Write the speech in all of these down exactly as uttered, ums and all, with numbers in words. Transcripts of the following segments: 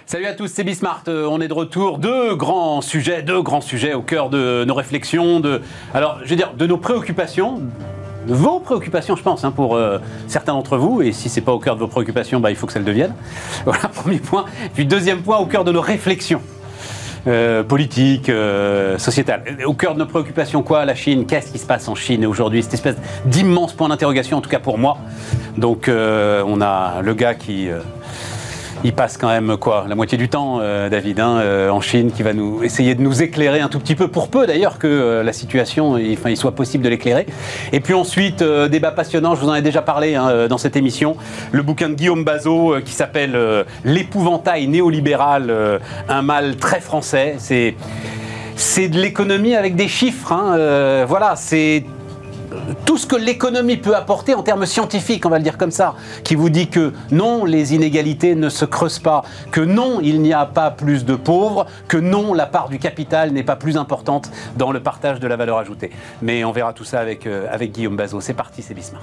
Salut à tous, c'est Bismart. Euh, on est de retour. Deux grands sujets, deux grands sujets au cœur de nos réflexions, de, alors je veux dire, de nos préoccupations, de vos préoccupations, je pense, hein, pour euh, certains d'entre vous. Et si c'est pas au cœur de vos préoccupations, bah, il faut que ça le devienne. Voilà, premier point. Puis deuxième point, au cœur de nos réflexions. Euh, politique, euh, sociétale. Au cœur de nos préoccupations, quoi? La Chine, qu'est-ce qui se passe en Chine aujourd'hui? Cette espèce d'immense point d'interrogation, en tout cas pour moi. Donc euh, on a le gars qui... Euh, il passe quand même quoi, la moitié du temps, euh, David, hein, euh, en Chine, qui va nous essayer de nous éclairer un tout petit peu, pour peu d'ailleurs que euh, la situation, il, enfin, il soit possible de l'éclairer. Et puis ensuite, euh, débat passionnant, je vous en ai déjà parlé hein, dans cette émission, le bouquin de Guillaume Bazot euh, qui s'appelle euh, L'épouvantail néolibéral, euh, un mal très français. C'est, c'est de l'économie avec des chiffres, hein, euh, voilà, c'est... tout ce que l'économie peut apporter en termes scientifiques, on va le dire comme ça, qui vous dit que non, les inégalités ne se creusent pas, que non, il n'y a pas plus de pauvres, que non, la part du capital n'est pas plus importante dans le partage de la valeur ajoutée. Mais on verra tout ça avec, euh, avec Guillaume Bazot. C'est parti, c'est Bismart.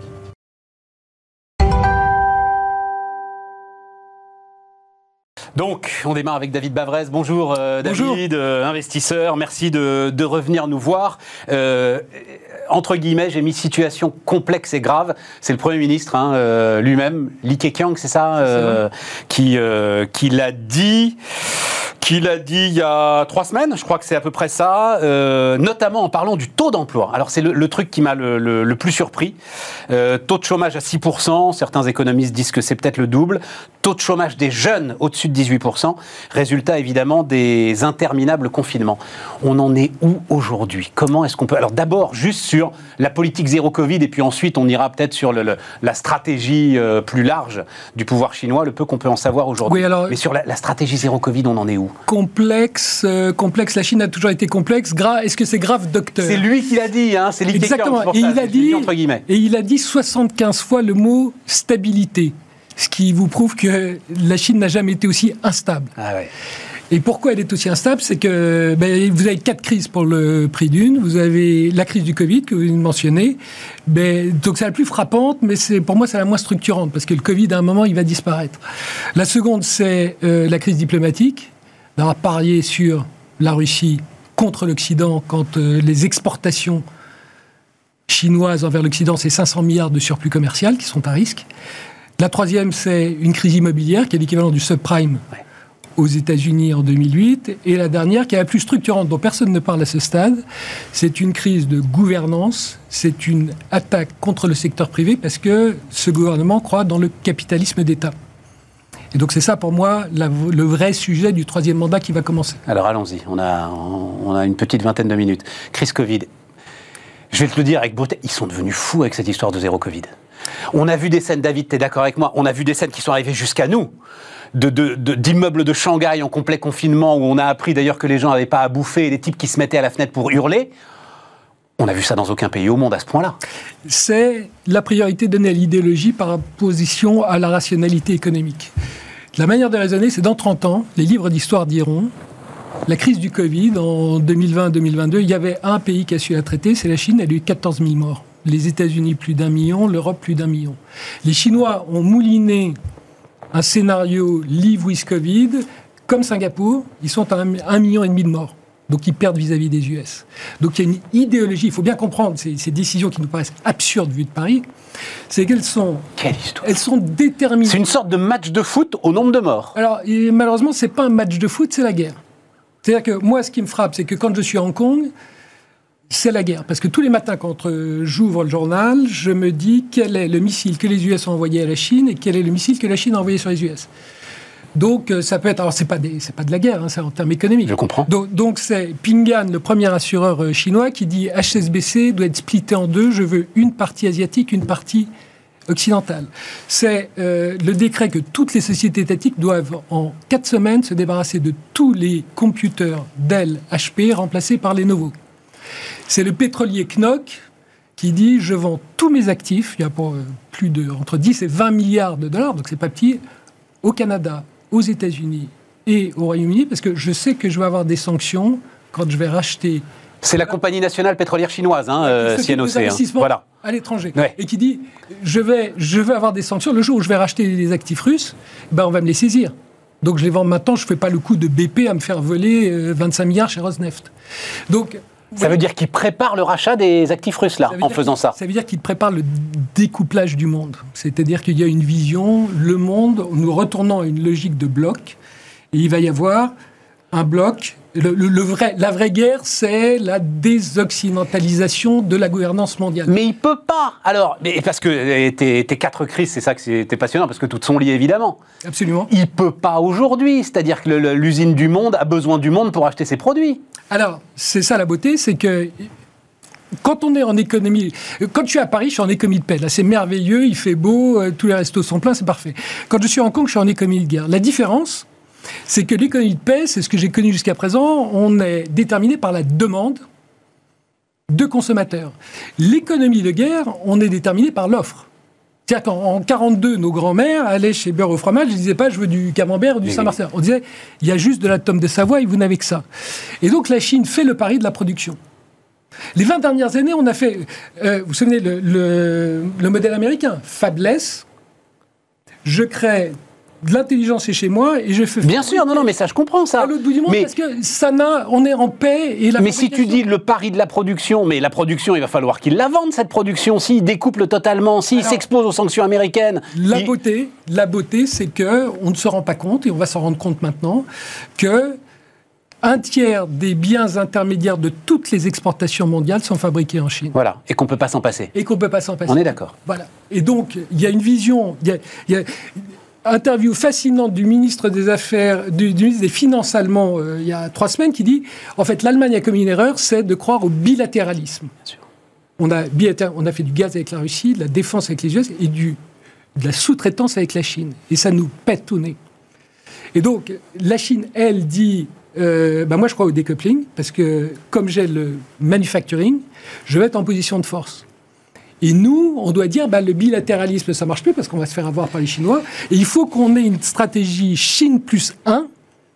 Donc, on démarre avec David Bavrez. Bonjour euh, David, euh, investisseur, merci de, de revenir nous voir. Euh, entre guillemets, j'ai mis situation complexe et grave. C'est le Premier ministre hein, euh, lui-même, Li Keqiang, c'est ça, euh, qui, euh, qui l'a dit... qui l'a dit il y a trois semaines, je crois que c'est à peu près ça, euh, notamment en parlant du taux d'emploi. Alors c'est le, le truc qui m'a le, le, le plus surpris. Euh, taux de chômage à six pour cent, certains économistes disent que c'est peut-être le double. Taux de chômage des jeunes au-dessus de dix-huit pour cent. Résultat évidemment des interminables confinements. On en est où aujourd'hui? Comment est-ce qu'on peut... Alors d'abord, juste sur la politique zéro Covid, et puis ensuite on ira peut-être sur le, le, la stratégie euh, plus large du pouvoir chinois, le peu qu'on peut en savoir aujourd'hui. Oui, alors... Mais sur la, la stratégie zéro Covid, on en est où? Complexe, euh, complexe. La Chine a toujours été complexe. Gra- Est-ce que c'est grave, docteur? C'est lui qui l'a dit, hein, c'est Li Keqiang. Exactement. Et il a dit, entre guillemets. Et il a dit soixante-quinze fois le mot stabilité, ce qui vous prouve que la Chine n'a jamais été aussi instable. Ah ouais. Et pourquoi elle est aussi instable? C'est que ben, vous avez quatre crises pour le prix d'une. Vous avez la crise du Covid que vous mentionnez. Ben, donc c'est la plus frappante, mais c'est, pour moi c'est la moins structurante parce que le Covid à un moment il va disparaître. La seconde c'est euh, la crise diplomatique. D'avoir parié sur la Russie contre l'Occident quand euh, les exportations chinoises envers l'Occident, c'est cinq cents milliards de surplus commercial qui sont à risque. La troisième, c'est une crise immobilière qui est l'équivalent du subprime ouais. aux États-Unis en deux mille huit. Et la dernière, qui est la plus structurante, dont personne ne parle à ce stade, c'est une crise de gouvernance, c'est une attaque contre le secteur privé parce que ce gouvernement croit dans le capitalisme d'État. Et donc c'est ça pour moi la, le vrai sujet du troisième mandat qui va commencer. Alors allons-y, on a, on a une petite vingtaine de minutes. Crise Covid, je vais te le dire avec beauté, ils sont devenus fous avec cette histoire de zéro Covid. On a vu des scènes, David, tu es d'accord avec moi, on a vu des scènes qui sont arrivées jusqu'à nous, de, de, de, d'immeubles de Shanghai en complet confinement, où on a appris d'ailleurs que les gens n'avaient pas à bouffer, et des types qui se mettaient à la fenêtre pour hurler. On n'a vu ça dans aucun pays au monde à ce point-là. C'est la priorité donnée à l'idéologie par opposition à la rationalité économique. La manière de raisonner, c'est dans trente ans, les livres d'histoire diront, la crise du Covid, en deux mille vingt deux mille vingt-deux, il y avait un pays qui a su la traiter, c'est la Chine, elle a eu quatorze mille morts. Les États-Unis, plus d'un million, l'Europe, plus d'un million. Les Chinois ont mouliné un scénario Live with Covid, comme Singapour, ils sont à un million et demi de morts. Donc ils perdent vis-à-vis des U S. Donc il y a une idéologie, il faut bien comprendre ces, ces décisions qui nous paraissent absurdes vues de Paris, c'est qu'elles sont, Quelle histoire. Elles sont déterminées. C'est une sorte de match de foot au nombre de morts. Alors et malheureusement, c'est pas un match de foot, c'est la guerre. C'est-à-dire que moi, ce qui me frappe, c'est que quand je suis à Hong Kong, c'est la guerre. Parce que tous les matins, quand j'ouvre le journal, je me dis quel est le missile que les U S ont envoyé à la Chine et quel est le missile que la Chine a envoyé sur les U S. Donc, ça peut être... Alors, c'est pas, des, c'est pas de la guerre, hein, c'est en termes économiques. Je comprends. Donc, donc, c'est Ping An, le premier assureur chinois, qui dit H S B C doit être splitté en deux. Je veux une partie asiatique, une partie occidentale. C'est euh, le décret que toutes les sociétés étatiques doivent, en quatre semaines, se débarrasser de tous les computers Dell, H P, remplacés par Lenovo. C'est le pétrolier K N O C qui dit je vends tous mes actifs, il y a pour, euh, plus de entre dix et vingt milliards de dollars, donc c'est pas petit, au Canada, aux États-Unis et au Royaume-Uni, parce que je sais que je vais avoir des sanctions quand je vais racheter. C'est la compagnie nationale pétrolière chinoise, hein, euh, C N O C. Hein. Voilà. À l'étranger. Ouais. Et qui dit, je vais, je vais avoir des sanctions. Le jour où je vais racheter les actifs russes, ben on va me les saisir. Donc je les vends maintenant, je ne fais pas le coup de B P à me faire voler euh, vingt-cinq milliards chez Rosneft. Donc, ça veut dire qu'ils préparent le rachat des actifs russes, là, en faisant ça. Ça veut dire qu'ils préparent le découplage du monde. C'est-à-dire qu'il y a une vision, le monde, nous retournons à une logique de bloc, et il va y avoir un bloc. Le, le, le vrai, la vraie guerre, c'est la désoccidentalisation de la gouvernance mondiale. Mais il peut pas. Alors, mais parce que tes, tes quatre crises, c'est ça que c'était passionnant, parce que toutes sont liées évidemment. Absolument. Il peut pas aujourd'hui. C'est-à-dire que le, l'usine du monde a besoin du monde pour acheter ses produits. Alors, c'est ça la beauté, c'est que quand on est en économie, quand je suis à Paris, je suis en économie de paix. Là, c'est merveilleux, il fait beau, euh, tous les restos sont pleins, c'est parfait. Quand je suis à Hong Kong, je suis en économie de guerre. La différence, c'est que l'économie de paix, c'est ce que j'ai connu jusqu'à présent, on est déterminé par la demande de consommateurs. L'économie de guerre, on est déterminé par l'offre. C'est-à-dire qu'en quarante-deux, nos grands-mères allaient chez Beurre au fromage, ils ne disaient pas « je veux du camembert ou du Saint-Martin ». On disait « il y a juste de la tome de Savoie et vous n'avez que ça ». Et donc la Chine fait le pari de la production. Les vingt dernières années, on a fait, euh, vous vous souvenez, le, le, le modèle américain, fabless, je crée de l'intelligence chez moi et je fais... Bien sûr, non, non, mais ça, je comprends ça. À l'autre bout du monde, mais, parce que ça n'a, on est en paix et la Mais si tu dis le pari de la production, mais la production, il va falloir qu'il la vende, cette production. S'il découple totalement, s'il s'expose aux sanctions américaines... La il... beauté, la beauté, c'est qu'on ne se rend pas compte, et on va s'en rendre compte maintenant, que un tiers des biens intermédiaires de toutes les exportations mondiales sont fabriqués en Chine. Voilà, et qu'on ne peut pas s'en passer. Et qu'on ne peut pas s'en passer. On est d'accord. Voilà. Et donc, il y a une vision... Il y a, il y a, interview fascinante du ministre des Affaires, du, du ministre des Finances allemand, euh, il y a trois semaines, qui dit, en fait, l'Allemagne a commis une erreur, c'est de croire au bilatéralisme. Bien sûr. On a, on a fait du gaz avec la Russie, de la défense avec les U S et du, de la sous-traitance avec la Chine. Et ça nous pète au nez. Et donc, la Chine, elle, dit, euh, bah moi, je crois au découpling, parce que comme j'ai le manufacturing, je vais être en position de force. Et nous, on doit dire, bah, le bilatéralisme, ça ne marche plus parce qu'on va se faire avoir par les Chinois. Et il faut qu'on ait une stratégie Chine plus un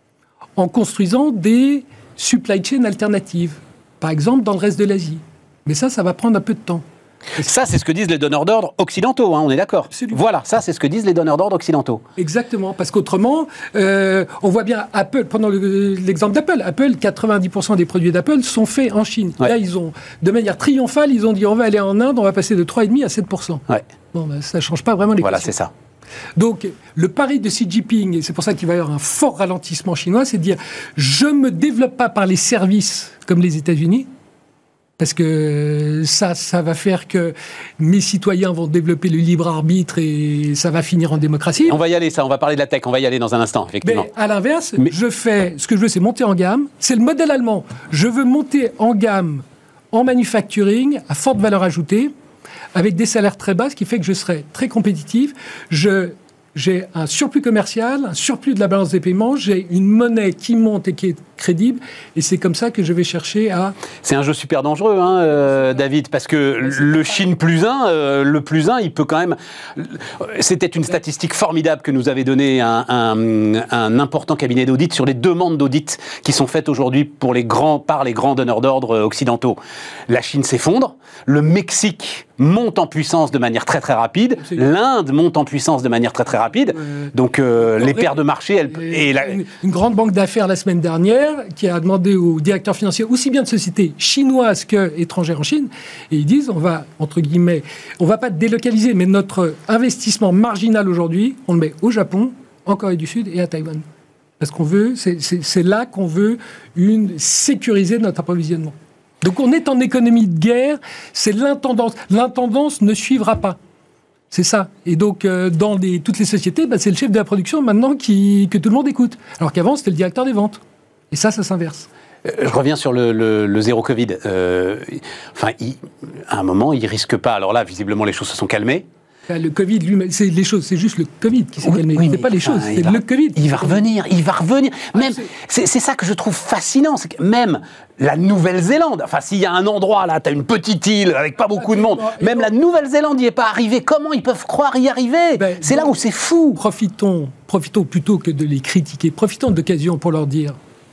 en construisant des supply chains alternatives. Par exemple, dans le reste de l'Asie. Mais ça, ça va prendre un peu de temps. Ça, c'est ce que disent les donneurs d'ordre occidentaux, hein, on est d'accord. Absolument. Voilà, ça, c'est ce que disent les donneurs d'ordre occidentaux. Exactement, parce qu'autrement, euh, on voit bien Apple, prenons le, l'exemple d'Apple, Apple, quatre-vingt-dix pour cent des produits d'Apple sont faits en Chine. Ouais. Là, ils ont, de manière triomphale, ils ont dit on va aller en Inde, on va passer de trois virgule cinq à sept pour cent. Ouais. Bon, ben, ça ne change pas vraiment les Voilà, c'est ça. Donc, le pari de Xi Jinping, et c'est pour ça qu'il va y avoir un fort ralentissement chinois, c'est de dire je ne me développe pas par les services comme les États-Unis. Parce que ça, ça va faire que mes citoyens vont développer le libre arbitre et ça va finir en démocratie. On va y aller, ça, on va parler de la tech, on va y aller dans un instant, effectivement. Mais à l'inverse, Mais... je fais, ce que je veux, c'est monter en gamme. C'est le modèle allemand. Je veux monter en gamme en manufacturing à forte valeur ajoutée, avec des salaires très bas, ce qui fait que je serai très compétitif. Je... J'ai un surplus commercial, un surplus de la balance des paiements, j'ai une monnaie qui monte et qui est crédible, et c'est comme ça que je vais chercher à... C'est un jeu super dangereux, hein, euh, David, parce que le Chine plus un, euh, le plus un, il peut quand même... C'était une statistique formidable que nous avait donnée un, un, un important cabinet d'audit sur les demandes d'audit qui sont faites aujourd'hui pour les grands, par les grands donneurs d'ordre occidentaux. La Chine s'effondre, le Mexique monte en puissance de manière très très rapide, Absolument. L'Inde monte en puissance de manière très très rapide, euh, donc euh, les paires de marché... Elles, et et la... une, une grande banque d'affaires la semaine dernière qui a demandé aux directeurs financiers, aussi bien de sociétés chinoises qu'étrangères en Chine, et ils disent, on va, entre guillemets, on va pas délocaliser, mais notre investissement marginal aujourd'hui, on le met au Japon, en Corée du Sud et à Taïwan. Parce qu'on veut, c'est, c'est, c'est là qu'on veut une, sécuriser notre approvisionnement. Donc on est en économie de guerre, c'est l'intendance. L'intendance ne suivra pas. C'est ça. Et donc, euh, dans les, toutes les sociétés, bah, c'est le chef de la production maintenant qui, que tout le monde écoute. Alors qu'avant, c'était le directeur des ventes. Et ça, ça s'inverse. Euh, je reviens sur le, le, le zéro Covid. Euh, enfin, il, à un moment, il risque pas. Alors là, visiblement, les choses se sont calmées. Le Covid, lui, c'est les choses, c'est juste le Covid qui s'est oui, calmé. Oui, c'est pas les choses, c'est va, le Covid. Il va revenir, il va revenir. Même, ah, c'est... C'est, c'est ça que je trouve fascinant, c'est que même la Nouvelle-Zélande, enfin, s'il y a un endroit là, t'as une petite île avec pas beaucoup de monde, même bon, la Nouvelle-Zélande n'y est pas arrivée. Comment ils peuvent croire y arriver? ben, C'est bon, là où c'est fou. Profitons, profitons plutôt que de les critiquer. Profitons de l'occasion pour leur dire,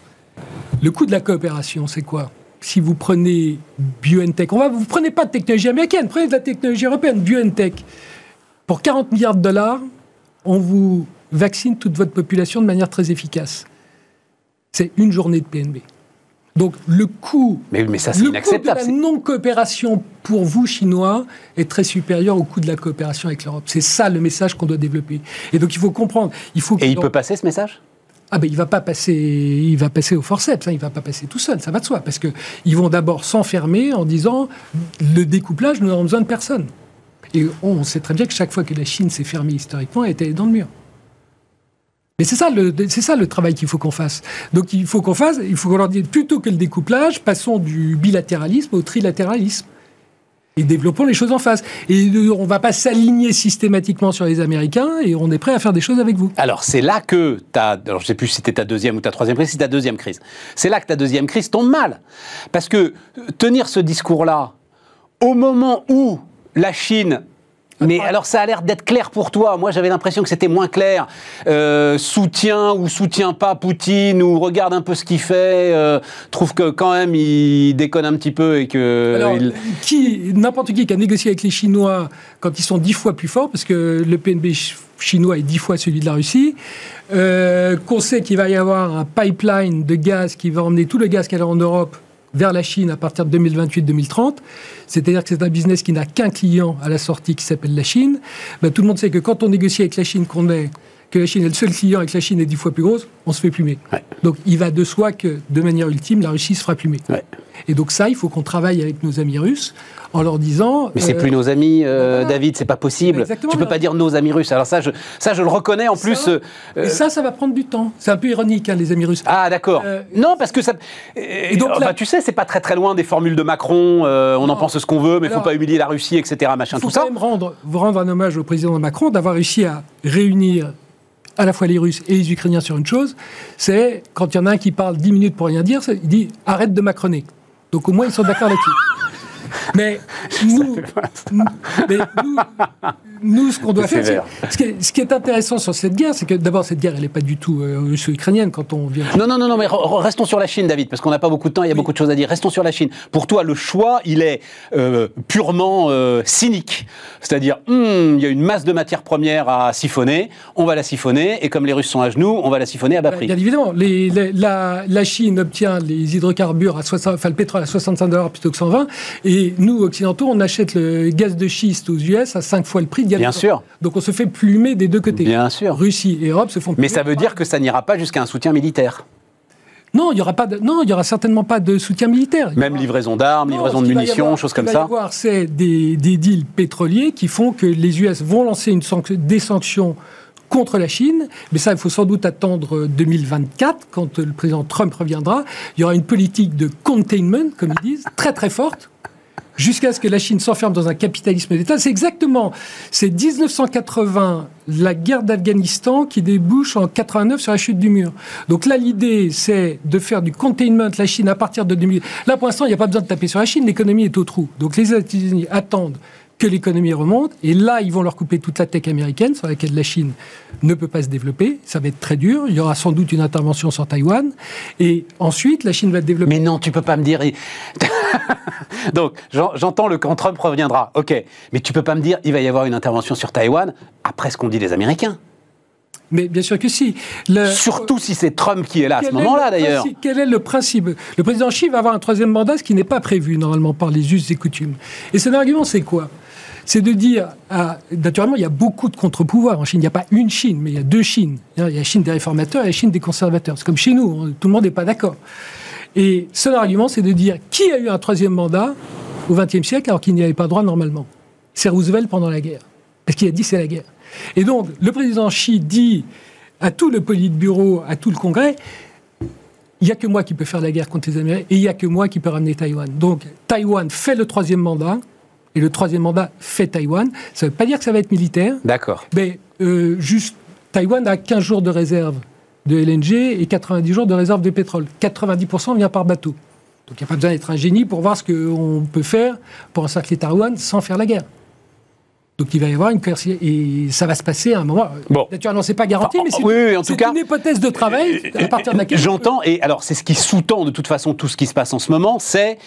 le coût de la coopération, c'est quoi? Si vous prenez BioNTech, on va, vous prenez pas de technologie américaine, prenez de la technologie européenne, BioNTech. Pour quarante milliards de dollars, on vous vaccine toute votre population de manière très efficace. C'est une journée de P N B. Donc le coût, mais, mais ça, c'est le inacceptable. coût de la non-coopération pour vous, Chinois, est très supérieur au coût de la coopération avec l'Europe. C'est ça le message qu'on doit développer. Et donc il faut comprendre. Il faut Et il peut passer ce message ? Ah ben il va pas passer, il va passer au forceps, hein, il va pas passer tout seul, ça va de soi, parce que ils vont d'abord s'enfermer en disant le découplage, nous n'avons besoin de personne. Et on sait très bien que chaque fois que la Chine s'est fermée historiquement, elle était dans le mur. Mais c'est ça le, c'est ça le travail qu'il faut qu'on fasse. Donc il faut qu'on fasse, il faut qu'on leur dise plutôt que le découplage, passons du bilatéralisme au trilatéralisme. Et développons les choses en face. Et on ne va pas s'aligner systématiquement sur les Américains et on est prêt à faire des choses avec vous. Alors, c'est là que ta... Alors, je ne sais plus si c'était ta deuxième ou ta troisième crise, c'est ta deuxième crise. C'est là que ta deuxième crise tombe mal. Parce que tenir ce discours-là, au moment où la Chine... Mais alors ça a l'air d'être clair pour toi. Moi j'avais l'impression que c'était moins clair. Euh, soutient ou soutient pas Poutine ou regarde un peu ce qu'il fait. Euh, trouve que quand même il déconne un petit peu et que. Alors, il... qui, n'importe qui qui a négocié avec les Chinois quand ils sont dix fois plus forts, parce que le P N B chinois est dix fois celui de la Russie, euh, qu'on sait qu'il va y avoir un pipeline de gaz qui va emmener tout le gaz qu'il y a en Europe vers la Chine à partir de deux mille vingt-huit deux mille trente, c'est-à-dire que c'est un business qui n'a qu'un client à la sortie qui s'appelle la Chine. Ben, tout le monde sait que quand on négocie avec la Chine, qu'on est, que la Chine est le seul client et que la Chine est dix fois plus grosse, on se fait plumer. Ouais. Donc il va de soi que, de manière ultime, la Russie se fera plumer. Ouais. Et donc ça, il faut qu'on travaille avec nos amis russes en leur disant... Mais c'est euh, plus nos amis, euh, voilà. David, c'est pas possible. Exactement. Tu peux pas dire nos amis russes. Alors ça, je, ça, je le reconnais en ça, plus... Euh, et ça, ça va prendre du temps. C'est un peu ironique, hein, les amis russes. Ah, d'accord. Euh, non, parce que ça... Et donc, bah, là, tu sais, c'est pas très très loin des formules de Macron. Euh, on non. en pense ce qu'on veut, mais il faut pas humilier la Russie, et cetera. Machin, tout ça. Il faut quand même rendre, rendre un hommage au président Macron d'avoir réussi à réunir à la fois les Russes et les Ukrainiens sur une chose, c'est quand il y en a un qui parle dix minutes pour rien dire, il dit « arrête de macroner ». Donc au moins, ils sont d'accord là-dessus. Mais nous, mais nous, nous, ce qu'on doit faire, c'est, ce, qui est, ce qui est intéressant sur cette guerre, c'est que d'abord, cette guerre, elle n'est pas du tout euh, russo-ukrainienne quand on vient... Non, non, non, non mais re- restons sur la Chine, David, parce qu'on n'a pas beaucoup de temps, il y a oui. beaucoup de choses à dire. Restons sur la Chine. Pour toi, le choix, il est euh, purement euh, cynique. C'est-à-dire, hum, il y a une masse de matières premières à siphonner, on va la siphonner, et comme les Russes sont à genoux, on va la siphonner à bas prix. Bien évidemment, les, les, la, la Chine obtient les hydrocarbures, à soixante, enfin le pétrole à soixante-cinq dollars plutôt que cent vingt, et nous, occidentaux, on achète le gaz de schiste aux U S à cinq fois le prix de gaz. Bien sûr. Donc on se fait plumer des deux côtés. Bien sûr. Russie et Europe se font plumer. Mais ça veut dire que ça n'ira pas jusqu'à un soutien militaire. Non, il y aura pas de, non, il y aura certainement pas de soutien militaire. Même aura... livraison d'armes, non, livraison de munitions, avoir, choses comme ça. Ce qu'il va y avoir, c'est des, des deals pétroliers qui font que les U S vont lancer une sanction, des sanctions contre la Chine, mais ça, il faut sans doute attendre deux mille vingt-quatre, quand le président Trump reviendra. Il y aura une politique de containment, comme ils disent, très très forte, jusqu'à ce que la Chine s'enferme dans un capitalisme d'État. C'est exactement, c'est dix-neuf cent quatre-vingts, la guerre d'Afghanistan, qui débouche en quatre-vingt-neuf sur la chute du mur. Donc là, l'idée, c'est de faire du containment, la Chine, à partir de deux mille... Là, pour l'instant, il n'y a pas besoin de taper sur la Chine, l'économie est au trou. Donc les États-Unis attendent que l'économie remonte, et là, ils vont leur couper toute la tech américaine, sur laquelle la Chine ne peut pas se développer. Ça va être très dur. Il y aura sans doute une intervention sur Taïwan. Et ensuite, la Chine va développer... Mais non, tu peux pas me dire... Donc, j'entends le quand Trump reviendra. OK. Mais tu peux pas me dire, il va y avoir une intervention sur Taïwan après ce qu'ont dit les Américains. Mais bien sûr que si. Le... Surtout si c'est Trump qui est là à ce moment-là, d'ailleurs. Principe, quel est le principe ? Le président Xi va avoir un troisième mandat, ce qui n'est pas prévu, normalement, par les us et coutumes. Et son argument, c'est quoi ? C'est de dire, à, naturellement, il y a beaucoup de contre-pouvoirs en Chine. Il n'y a pas une Chine, mais il y a deux Chines. Il y a la Chine des réformateurs et la Chine des conservateurs. C'est comme chez nous, tout le monde n'est pas d'accord. Et son argument, c'est de dire qui a eu un troisième mandat au vingtième siècle alors qu'il n'y avait pas droit normalement ? C'est Roosevelt pendant la guerre. Parce qu'il a dit c'est la guerre. Et donc, le président Xi dit à tout le Politburo, à tout le Congrès, il n'y a que moi qui peux faire la guerre contre les Américains et il n'y a que moi qui peux ramener Taïwan. Donc, Taïwan fait le troisième mandat. Et le troisième mandat fait Taïwan. Ça ne veut pas dire que ça va être militaire. D'accord. Mais euh, juste, Taïwan a quinze jours de réserve de L N G et quatre-vingt-dix jours de réserve de pétrole. quatre-vingt-dix pour cent vient par bateau. Donc il n'y a pas besoin d'être un génie pour voir ce qu'on peut faire pour encercler Taïwan sans faire la guerre. Donc il va y avoir une et ça va se passer à un moment. Bon. Naturellement, c'est pas garanti, enfin, mais c'est, oui, oui, en tout cas, une hypothèse de travail à partir de laquelle. J'entends, et alors c'est ce qui sous-tend de toute façon tout ce qui se passe en ce moment, c'est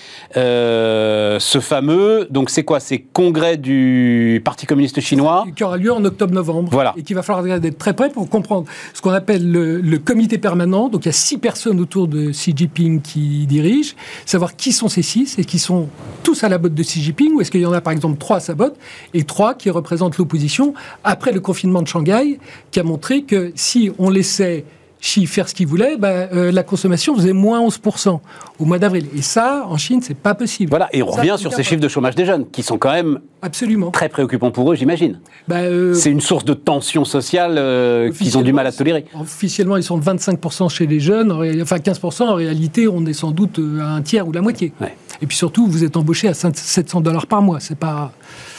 euh, ce fameux, donc c'est quoi, c'est congrès du Parti communiste chinois qui aura lieu en octobre-novembre. Voilà. Et qu'il va falloir regarder de très près pour comprendre ce qu'on appelle le, le comité permanent. Donc il y a six personnes autour de Xi Jinping qui dirigent, savoir qui sont ces six, est-ce qu'ils sont tous à la botte de Xi Jinping ou est-ce qu'il y en a par exemple trois à sa botte et trois qui représentent l'opposition après le confinement de Shanghai, qui a montré que si on laissait Xi faire ce qu'il voulait, bah, euh, la consommation faisait moins onze pour cent au mois d'avril. Et ça, en Chine, c'est pas possible. Voilà, et on ça, revient sur ces chiffres de chômage des jeunes, qui sont quand même absolument très préoccupants pour eux, j'imagine. Bah, euh, c'est une source de tension sociale euh, qu'ils ont du mal à tolérer. Officiellement, ils sont de vingt-cinq pour cent chez les jeunes, enfin quinze pour cent, en réalité, on est sans doute à un tiers ou la moitié. Ouais. Et puis surtout, vous êtes embauché à sept cents dollars par mois, c'est pas...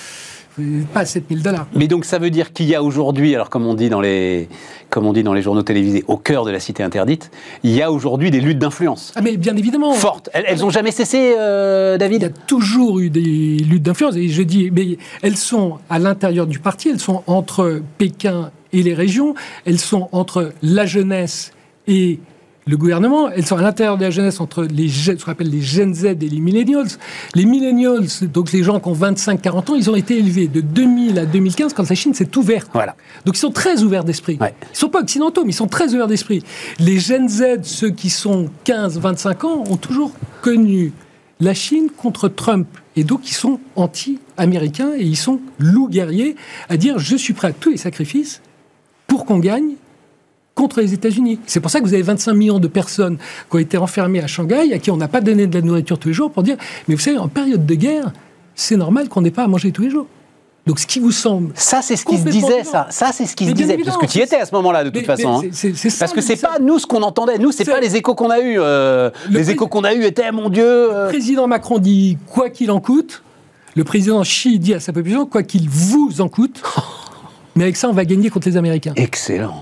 pas sept mille dollars. Mais donc ça veut dire qu'il y a aujourd'hui, alors comme on dit dans les, comme on dit dans les journaux télévisés, au cœur de la cité interdite, il y a aujourd'hui des luttes d'influence. Ah mais bien évidemment. Fortes. Elles n'ont jamais cessé, euh, David ? Il y a toujours eu des luttes d'influence. Et je dis, mais elles sont à l'intérieur du parti, elles sont entre Pékin et les régions, elles sont entre la jeunesse et le gouvernement, elles sont à l'intérieur de la jeunesse entre les, ce qu'on appelle les Gen Z et les millennials. Les millennials, donc les gens qui ont vingt-cinq à quarante ans, ils ont été élevés de deux mille à deux mille quinze quand la Chine s'est ouverte. Voilà. Donc ils sont très ouverts d'esprit. Ouais. Ils ne sont pas occidentaux, mais ils sont très ouverts d'esprit. Les Gen Z, ceux qui sont quinze à vingt-cinq ans, ont toujours connu la Chine contre Trump. Et donc ils sont anti-américains et ils sont loups guerriers à dire « je suis prêt à tous les sacrifices pour qu'on gagne ». Contre les États-Unis. C'est pour ça que vous avez vingt-cinq millions de personnes qui ont été enfermées à Shanghai, à qui on n'a pas donné de la nourriture tous les jours, pour dire, mais vous savez, en période de guerre, c'est normal qu'on n'ait pas à manger tous les jours. Donc ce qui vous semble... Ça, c'est ce qui se disait, ça. Ça, c'est ce qui se disait. Parce que tu y étais à ce moment-là, de toute mais, façon. Mais c'est, c'est, c'est Parce ça, que c'est ça. pas nous ce qu'on entendait. Nous, c'est, c'est pas les échos qu'on a eus. Euh, les pré... échos qu'on a eus étaient, mon Dieu... Euh... Le président Macron dit, quoi qu'il en coûte. Le président Xi dit à sa population, quoi qu'il vous en coûte. Mais avec ça, on va gagner contre les Américains. Excellent.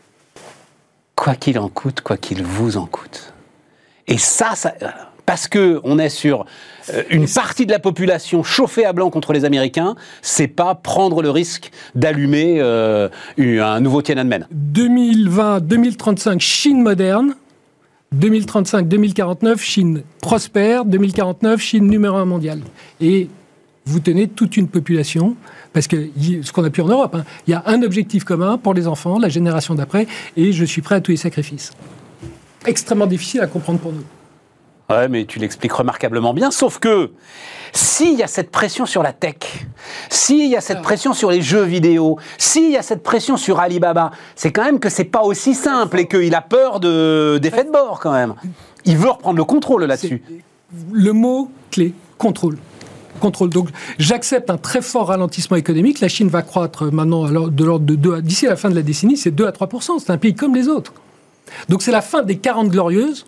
Quoi qu'il en coûte, quoi qu'il vous en coûte. Et ça, ça parce qu'on est sur euh, une partie de la population chauffée à blanc contre les Américains, c'est pas prendre le risque d'allumer euh, un nouveau Tiananmen. deux mille vingt deux mille trente-cinq, Chine moderne. deux mille trente-cinq deux mille quarante-neuf, Chine prospère. deux mille quarante-neuf, Chine numéro un mondial. Et vous tenez toute une population, parce que ce qu'on a pu en Europe, hein, il y a un objectif commun pour les enfants, la génération d'après, et je suis prêt à tous les sacrifices. Extrêmement difficile à comprendre pour nous. Ouais, mais tu l'expliques remarquablement bien, sauf que s'il y a cette pression sur la tech, s'il y a cette pression sur les jeux vidéo, s'il y a cette pression sur Alibaba, c'est quand même que c'est pas aussi simple et qu'il a peur de, d'effets de bord quand même. Il veut reprendre le contrôle là-dessus. C'est le mot clé, contrôle. Contrôle. Donc, j'accepte un très fort ralentissement économique. La Chine va croître maintenant de l'ordre de deux à... D'ici à la fin de la décennie, c'est deux à trois pour cent. C'est un pays comme les autres. Donc, c'est la fin des quarante glorieuses,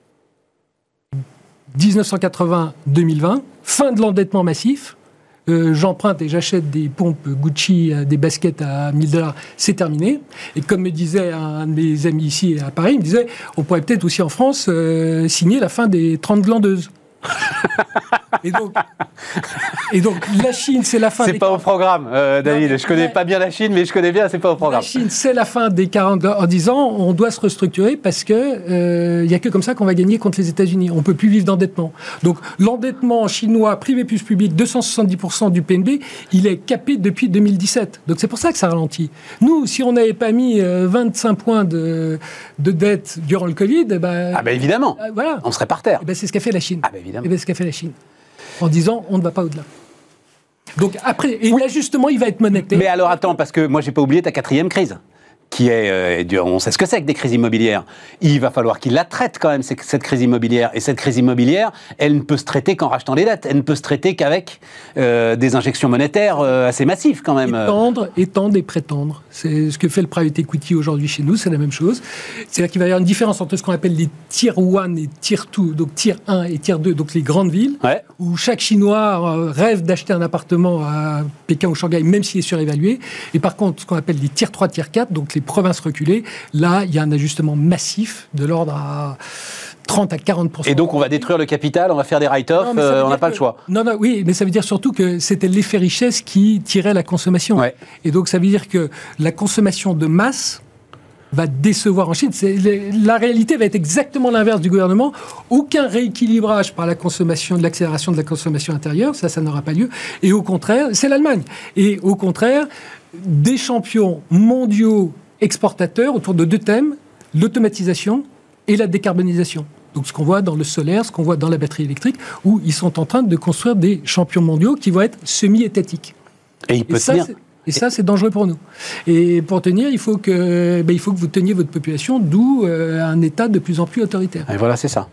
dix-neuf cent quatre-vingts à deux mille vingt, fin de l'endettement massif. Euh, j'emprunte et j'achète des pompes Gucci, des baskets à mille dollars, c'est terminé. Et comme me disait un de mes amis ici à Paris, il me disait, on pourrait peut-être aussi en France euh, signer la fin des trente glandeuses. et, donc, et donc, la Chine, c'est la fin c'est des... C'est pas au programme, euh, David. Non, je connais la... pas bien la Chine, mais je connais bien, c'est pas au programme. La Chine, c'est la fin des quarante en disant on doit se restructurer parce que il euh, y a que comme ça qu'on va gagner contre les États-Unis. On peut plus vivre d'endettement. Donc, l'endettement chinois, privé plus public, deux cent soixante-dix pour cent du P N B, il est capé depuis deux mille dix-sept. Donc, c'est pour ça que ça ralentit. Nous, si on n'avait pas mis euh, vingt-cinq points de, de dette durant le Covid, ben, ah ben évidemment, euh, voilà. On serait par terre. Ben, c'est ce qu'a fait la Chine. Ah ben évidemment. Et ben, c'est ce qu'a fait la Chine. En disant, on ne va pas au-delà. Donc après, et oui. L'ajustement, il va être monétaire. Mais alors attends, parce que moi, j'ai pas oublié ta quatrième crise, qui est, euh, on sait ce que c'est que des crises immobilières. Il va falloir qu'il la traite quand même, cette crise immobilière. Et cette crise immobilière, elle ne peut se traiter qu'en rachetant des dettes. Elle ne peut se traiter qu'avec euh, des injections monétaires euh, assez massives quand même. Étendre, étendre et prétendre. C'est ce que fait le private equity aujourd'hui chez nous, c'est la même chose. C'est-à-dire qu'il va y avoir une différence entre ce qu'on appelle les tier un et tier deux, donc tier un et tier deux, donc les grandes villes, ouais. où chaque Chinois rêve d'acheter un appartement à Pékin ou Shanghai, même s'il est surévalué. Et par contre, ce qu'on appelle les tier trois, tier quatre, donc les provinces reculées, là, il y a un ajustement massif de l'ordre à trente à quarante pour cent. Et donc on va détruire le capital, on va faire des write-off, euh, on n'a pas que, le choix. Non, non, oui, mais ça veut dire surtout que c'était l'effet richesse qui tirait la consommation. Ouais. Et donc ça veut dire que la consommation de masse va décevoir en Chine. C'est, la réalité va être exactement l'inverse du gouvernement. Aucun rééquilibrage par la consommation, de l'accélération de la consommation intérieure, ça, ça n'aura pas lieu. Et au contraire, c'est l'Allemagne. Et au contraire, des champions mondiaux exportateurs autour de deux thèmes, l'automatisation et la décarbonisation. Donc ce qu'on voit dans le solaire, ce qu'on voit dans la batterie électrique, où ils sont en train de construire des champions mondiaux qui vont être semi-étatiques. Et il peut et ça, tenir. Et ça, c'est dangereux pour nous. Et pour tenir, il faut que, ben, il faut que vous teniez votre population, d'où euh, un État de plus en plus autoritaire. Et voilà, c'est ça.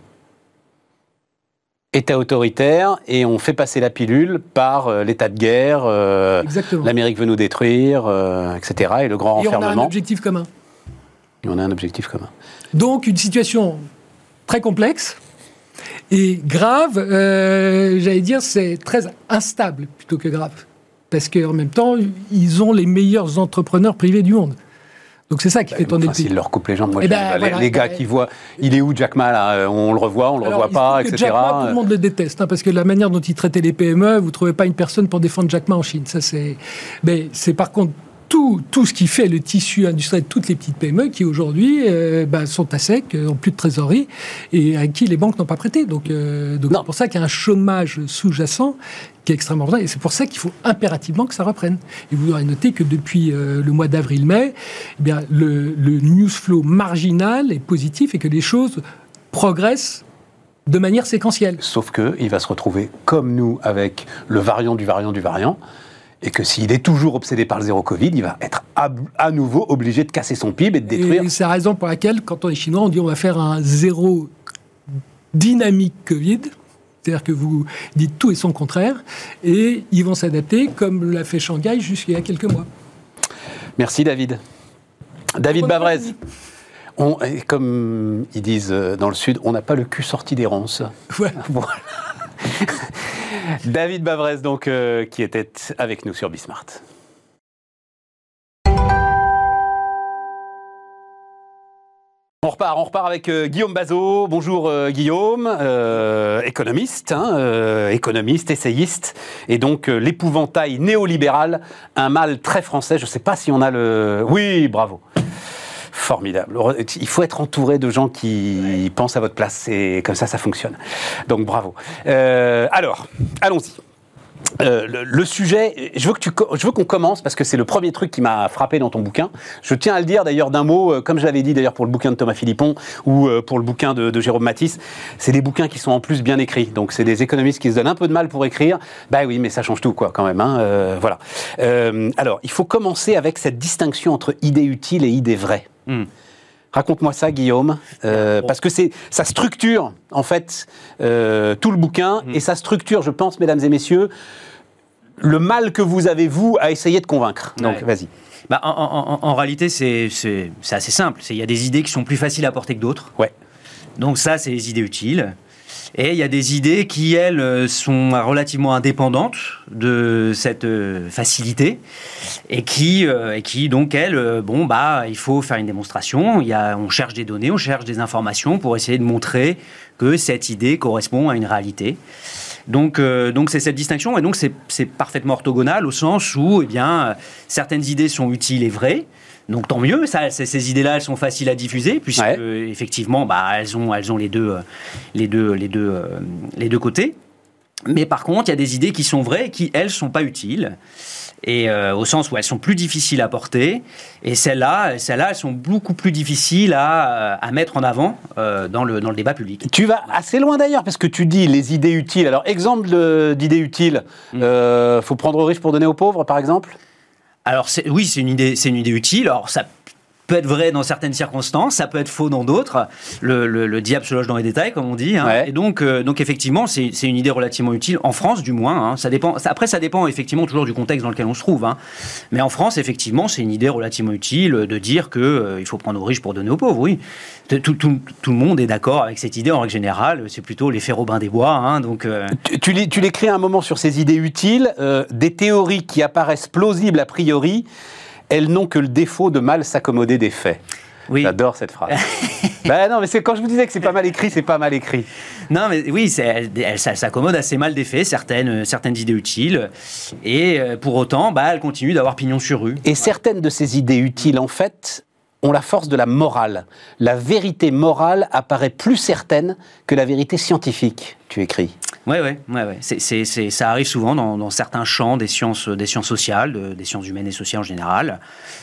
État autoritaire, et on fait passer la pilule par euh, l'état de guerre, euh, l'Amérique veut nous détruire, euh, et cetera. Et le grand et renfermement. Et on a un objectif commun. Et on a un objectif commun. Donc, une situation très complexe et grave, euh, j'allais dire, c'est très instable plutôt que grave. Parce qu'en même temps, ils ont les meilleurs entrepreneurs privés du monde. Donc c'est ça qui bah, fait tourner enfin, le pays. S'ils leur coupent les jambes, moi, eh je, ben, bah, voilà, les, les gars bah, qui voient, il est où Jack Ma là, on le revoit, on le alors, revoit pas, et cetera. Jack Ma, tout le monde le déteste, hein, parce que la manière dont il traitait les P M E, vous ne trouvez pas une personne pour défendre Jack Ma en Chine. Ça, c'est... Mais c'est par contre tout, tout ce qui fait le tissu industriel de toutes les petites P M E qui aujourd'hui euh, bah, sont à sec, n'ont plus de trésorerie, et à qui les banques n'ont pas prêté. Donc, euh, donc c'est pour ça qu'il y a un chômage sous-jacent qui est extrêmement important, et c'est pour ça qu'il faut impérativement que ça reprenne. Et vous aurez noté que depuis euh, le mois d'avril-mai, eh bien, le, le news flow marginal est positif et que les choses progressent de manière séquentielle. Sauf qu'il va se retrouver comme nous avec le variant du variant du variant, et que s'il est toujours obsédé par le zéro Covid, il va être à, à nouveau obligé de casser son P I B et de détruire. Et c'est la raison pour laquelle, quand on est chinois, on dit on va faire un zéro dynamique Covid. C'est-à-dire que vous dites tout et son contraire, et ils vont s'adapter comme l'a fait Shanghai jusqu'il y a quelques mois. Merci David. David Bavrez. On, comme ils disent dans le Sud, on n'a pas le cul sorti des ronces. Voilà. Voilà. David Bavrez, donc, euh, qui était avec nous sur Bismart. On repart, on repart avec euh, Guillaume Bazot. Bonjour euh, Guillaume, euh, économiste, hein, euh, économiste, essayiste, et donc euh, l'épouvantail néolibéral, un mal très français. Je ne sais pas si on a le... Oui, bravo. Formidable. Il faut être entouré de gens qui ouais. pensent à votre place, et comme ça, ça fonctionne. Donc bravo. Euh, alors, allons-y. Euh, le, le sujet, je veux que tu, je veux qu'on commence parce que c'est le premier truc qui m'a frappé dans ton bouquin. Je tiens à le dire d'ailleurs d'un mot, euh, comme je l'avais dit d'ailleurs pour le bouquin de Thomas Philippon ou euh, pour le bouquin de, de Jérôme Matisse. C'est des bouquins qui sont en plus bien écrits. Donc c'est des économistes qui se donnent un peu de mal pour écrire. Bah oui, mais ça change tout quoi quand même. Hein, euh, voilà. Euh, alors, il faut commencer avec cette distinction entre idées utiles et idées vraies. Mm. Raconte-moi ça, Guillaume, euh, bon. parce que c'est, ça structure, en fait, euh, tout le bouquin, mmh. et ça structure, je pense, mesdames et messieurs, le mal que vous avez, vous, à essayer de convaincre. Donc, ouais. vas-y. Bah, en, en, en réalité, c'est, c'est, c'est assez simple. Il y a des idées qui sont plus faciles à porter que d'autres. Ouais. Donc ça, c'est les idées utiles. Et il y a des idées qui, elles, sont relativement indépendantes de cette facilité et qui, euh, et qui donc, elles, bon, bah, il faut faire une démonstration. Il y a, on cherche des données, on cherche des informations pour essayer de montrer que cette idée correspond à une réalité. Donc, euh, donc c'est cette distinction, et donc c'est, c'est parfaitement orthogonal au sens où, eh bien, certaines idées sont utiles et vraies. Donc tant mieux, ça, ces idées-là, elles sont faciles à diffuser, puisque ouais. euh, effectivement, bah, elles ont, elles ont les deux, euh, les deux, les deux, euh, les deux côtés. Mais par contre, il y a des idées qui sont vraies et qui, elles, sont pas utiles. Et euh, au sens où elles sont plus difficiles à porter. Et celles-là, celles-là, elles sont beaucoup plus difficiles à, à mettre en avant euh, dans le, dans le débat public. Tu vas assez loin d'ailleurs, parce que tu dis les idées utiles. Alors, exemple de, d'idées utiles, il mmh. euh, faut prendre aux riches pour donner aux pauvres, par exemple ? Alors c'est, oui, c'est une idée, c'est une idée utile. Alors ça peut être vrai dans certaines circonstances, ça peut être faux dans d'autres. Le, le, le diable se loge dans les détails, comme on dit. Hein. Ouais. Et donc, euh, donc effectivement, c'est, c'est une idée relativement utile en France, du moins. Hein. Ça dépend. Ça, après, ça dépend effectivement toujours du contexte dans lequel on se trouve. Hein. Mais en France, effectivement, c'est une idée relativement utile de dire que euh, il faut prendre aux riches pour donner aux pauvres. Oui, tout, tout, tout le monde est d'accord avec cette idée en règle générale. C'est plutôt l'effet Robin des Bois. Hein, donc, euh... tu, tu, tu l'écris un moment sur ces idées utiles, euh, des théories qui apparaissent plausibles a priori. Elles n'ont que le défaut de mal s'accommoder des faits. Oui. J'adore cette phrase. Ben non, mais c'est quand je vous disais que c'est pas mal écrit, c'est pas mal écrit. Non, mais oui, c'est, elle, elle, ça s'accommode assez mal des faits, certaines, certaines idées utiles, et euh, pour autant, bah, elle continue d'avoir pignon sur rue. Et certaines de ces idées utiles, en fait, ont la force de la morale. La vérité morale apparaît plus certaine que la vérité scientifique, tu écris. Oui, ouais, ouais, ouais. C'est, c'est, c'est, ça arrive souvent dans, dans certains champs des sciences, des sciences sociales, de, des sciences humaines et sociales en général,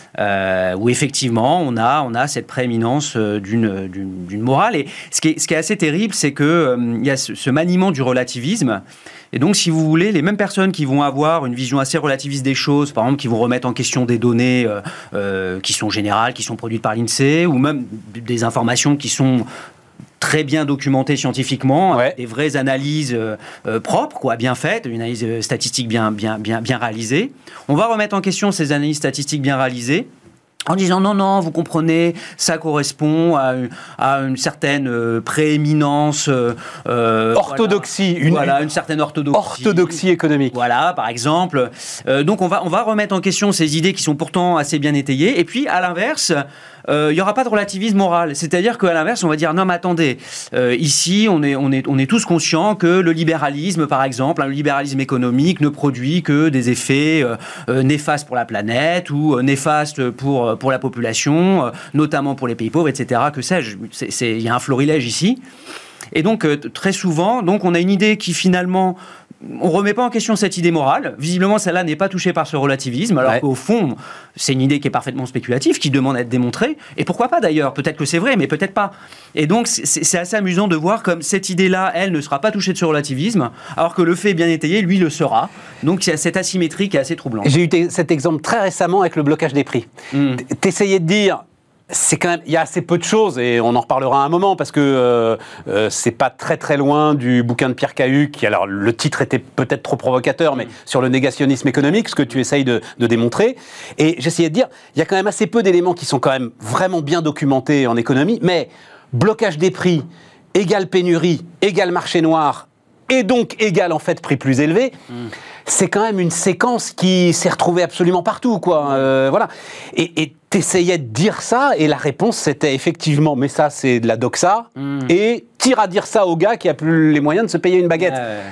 euh, où effectivement on a, on a cette prééminence d'une, d'une, d'une morale. Et ce qui est, ce qui est assez terrible, c'est qu'il euh, y a ce, ce maniement du relativisme. Et donc, si vous voulez, les mêmes personnes qui vont avoir une vision assez relativiste des choses, par exemple, qui vont remettre en question des données euh, euh, qui sont générales, qui sont produites par l'INSEE, ou même des informations qui sont très bien documentées scientifiquement, ouais. avec des vraies analyses euh, euh, propres, quoi, bien faites, une analyse statistique bien, bien, bien, bien réalisée. On va remettre en question ces analyses statistiques bien réalisées en disant non, non, vous comprenez, ça correspond à, à une certaine euh, prééminence. Euh, orthodoxie. Voilà, une, voilà, une certaine orthodoxie. Orthodoxie économique. Voilà, par exemple. Euh, donc on va, on va remettre en question ces idées qui sont pourtant assez bien étayées. Et puis, à l'inverse, il euh, n'y aura pas de relativisme moral. C'est-à-dire qu'à l'inverse, on va dire non, mais attendez, euh, ici, on est, on, est, on est tous conscients que le libéralisme, par exemple, hein, le libéralisme économique ne produit que des effets euh, euh, néfastes pour la planète ou euh, néfastes pour, pour la population, euh, notamment pour les pays pauvres, et cetera. Que sais-je, il y a un florilège ici. Et donc, euh, très souvent, donc, on a une idée qui finalement... On ne remet pas en question cette idée morale. Visiblement, celle-là n'est pas touchée par ce relativisme, alors ouais. qu'au fond, c'est une idée qui est parfaitement spéculative, qui demande à être démontrée. Et pourquoi pas d'ailleurs ? Peut-être que c'est vrai, mais peut-être pas. Et donc, c'est, c'est assez amusant de voir comme cette idée-là, elle, ne sera pas touchée de ce relativisme, alors que le fait bien étayé, lui, le sera. Donc, il y a cette asymétrie qui est assez troublante. J'ai eu t- cet exemple très récemment avec le blocage des prix. Mmh. T'essayais de dire... C'est quand même, il y a assez peu de choses, et on en reparlera à un moment, parce que euh, euh, c'est pas très très loin du bouquin de Pierre Cahuc, qui, alors, le titre était peut-être trop provocateur, mais sur le négationnisme économique, ce que tu essayes de, de démontrer. Et j'essayais de dire, il y a quand même assez peu d'éléments qui sont quand même vraiment bien documentés en économie, mais blocage des prix, égale pénurie, égale marché noir, et donc égale en fait prix plus élevé, mmh. c'est quand même une séquence qui s'est retrouvée absolument partout, quoi. Euh, voilà. Et, et t'essayais de dire ça, et la réponse c'était effectivement, mais ça c'est de la doxa, mmh. et tire à dire ça au gars qui a plus les moyens de se payer une baguette. Euh...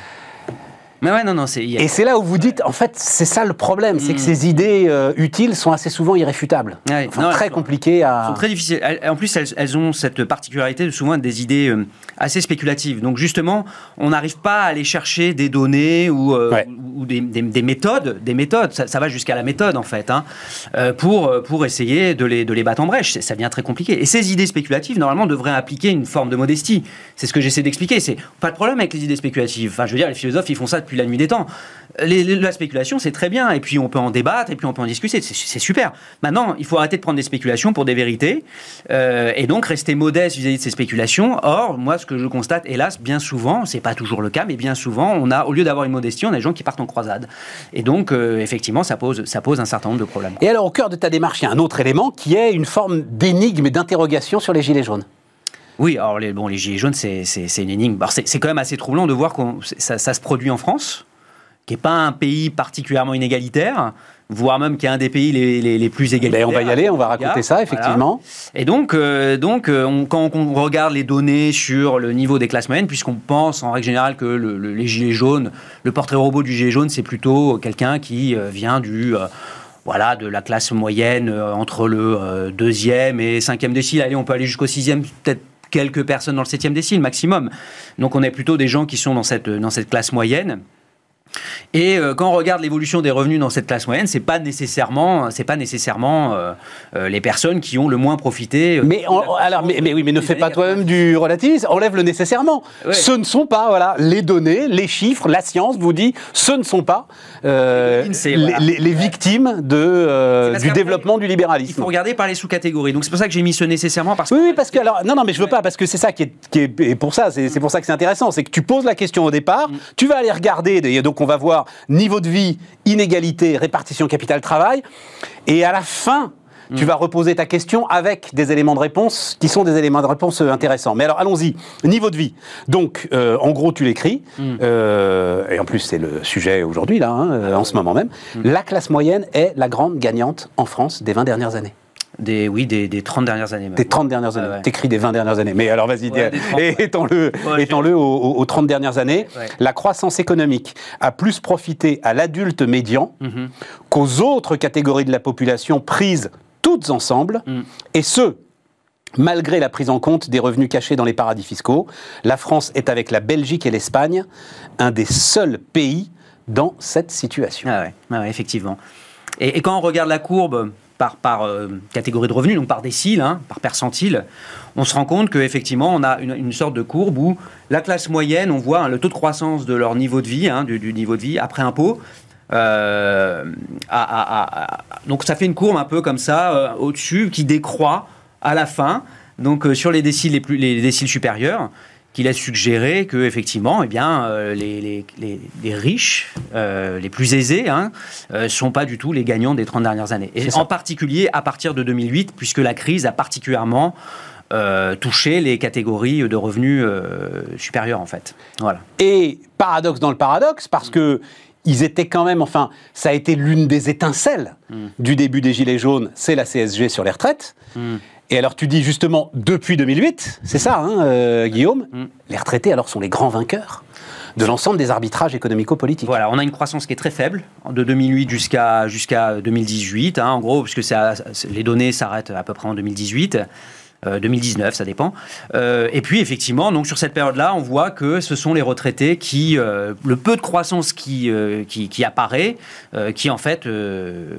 Mais ouais, non, non, c'est... Et c'est là où vous dites, en fait, c'est ça le problème, mmh. c'est que ces idées euh, utiles sont assez souvent irréfutables. Ouais, enfin, non, très compliquées à... Elles sont très difficiles. En plus, elles, elles ont cette particularité de souvent être des idées euh, assez spéculatives. Donc justement, on n'arrive pas à aller chercher des données ou, euh, ouais. ou, ou des, des, des méthodes. Des méthodes, ça, ça va jusqu'à la méthode, en fait, hein, euh, pour, pour essayer de les, de les battre en brèche. Ça devient très compliqué. Et ces idées spéculatives, normalement, devraient impliquer une forme de modestie. C'est ce que j'essaie d'expliquer. C'est pas de problème avec les idées spéculatives. Enfin, je veux dire, les philosophes, ils font ça depuis la nuit des temps. Les, les, la spéculation, c'est très bien, et puis on peut en débattre, et puis on peut en discuter, c'est, c'est super. Maintenant, il faut arrêter de prendre des spéculations pour des vérités, euh, et donc rester modeste vis-à-vis de ces spéculations. Or, moi, ce que je constate, hélas, bien souvent, c'est pas toujours le cas, mais bien souvent, on a, au lieu d'avoir une modestie, on a des gens qui partent en croisade. Et donc, euh, effectivement, ça pose, ça pose un certain nombre de problèmes. Et alors, au cœur de ta démarche, il y a un autre élément qui est une forme d'énigme et d'interrogation sur les gilets jaunes. Oui, alors les, bon, les gilets jaunes, c'est, c'est, c'est une énigme. Alors, c'est, c'est quand même assez troublant de voir que ça, ça se produit en France, qui n'est pas un pays particulièrement inégalitaire, voire même qui est un des pays les, les, les plus égalitaires. Ben on va y aller, on va raconter ça, effectivement. Voilà. Et donc, euh, donc on, quand on regarde les données sur le niveau des classes moyennes, puisqu'on pense en règle générale que le, le, les gilets jaunes, le portrait robot du gilet jaune, c'est plutôt quelqu'un qui euh, vient du... Euh, voilà, de la classe moyenne euh, entre le euh, deuxième et cinquième décile. Allez, on peut aller jusqu'au sixième, peut-être quelques personnes dans le septième décile maximum. Donc on est plutôt des gens qui sont dans cette, dans cette classe moyenne. Et euh, quand on regarde l'évolution des revenus dans cette classe moyenne, c'est pas nécessairement, c'est pas nécessairement euh, euh, les personnes qui ont le moins profité. Euh, mais on, alors, mais, mais oui, mais ne fais pas toi-même du relativisme. Enlève le nécessairement. Ouais. Ce ne sont pas, voilà, les données, les chiffres, la science vous dit, ce ne sont pas euh, les, voilà. les, les victimes de euh, du développement du libéralisme. Il faut regarder par les sous-catégories. Donc c'est pour ça que j'ai mis ce nécessairement parce que. Oui, oui, parce que alors non, non, mais je veux ouais. pas parce que c'est ça qui est, qui est et pour ça, c'est, c'est pour ça que c'est intéressant, c'est que tu poses la question au départ, mm. tu vas aller regarder, et donc on va voir niveau de vie, inégalité, répartition capital-travail, et à la fin, mmh. tu vas reposer ta question avec des éléments de réponse qui sont des éléments de réponse intéressants. Mais alors, allons-y. Niveau de vie. Donc, euh, en gros, tu l'écris, mmh. euh, et en plus, c'est le sujet aujourd'hui, là, hein, en ce moment même. Mmh. La classe moyenne est la grande gagnante en France des vingt dernières années. Des, oui, des, des trente dernières années. Même. Des trente dernières années. Ah ouais. T'écris des vingt dernières années. Mais alors, vas-y, ouais, trente, étends-le, ouais, étends-le aux, aux trente dernières années. Ouais. La croissance économique a plus profité à l'adulte médian mm-hmm. qu'aux autres catégories de la population prises toutes ensemble, mm. et ce, malgré la prise en compte des revenus cachés dans les paradis fiscaux. La France est, avec la Belgique et l'Espagne, un des seuls pays dans cette situation. Ah ouais, ah ouais, effectivement. Et, et quand on regarde la courbe par, par euh, catégorie de revenus, donc par décile, hein, par percentile, on se rend compte qu'effectivement, on a une, une sorte de courbe où la classe moyenne, on voit hein, le taux de croissance de leur niveau de vie, hein, du, du niveau de vie après impôt. Euh, à, à, à, donc ça fait une courbe un peu comme ça, euh, au-dessus, qui décroît à la fin, donc euh, sur les déciles, les, plus, les déciles supérieurs, qui laisse suggérer que effectivement, eh bien, euh, les, les, les, les riches, euh, les plus aisés, hein, euh, sont pas du tout les gagnants des trente dernières années. Et en particulier à partir de deux mille huit, puisque la crise a particulièrement euh, touché les catégories de revenus euh, supérieurs, en fait. Voilà. Et paradoxe dans le paradoxe, parce mmh. que ils étaient quand même, enfin, ça a été l'une des étincelles mmh. du début des Gilets jaunes, c'est la C S G sur les retraites. Mmh. Et alors tu dis justement, depuis deux mille huit, c'est ça, hein, euh, Guillaume, mmh. les retraités alors sont les grands vainqueurs de l'ensemble des arbitrages économico-politiques. Voilà, on a une croissance qui est très faible, de deux mille huit jusqu'à, jusqu'à deux mille dix-huit, hein, en gros, puisque ça, les données s'arrêtent à peu près en deux mille dix-huit. Euh, deux mille dix-neuf, ça dépend. Euh, et puis, effectivement, donc, sur cette période-là, on voit que ce sont les retraités qui, euh, le peu de croissance qui, euh, qui, qui apparaît, euh, qui, en fait, euh,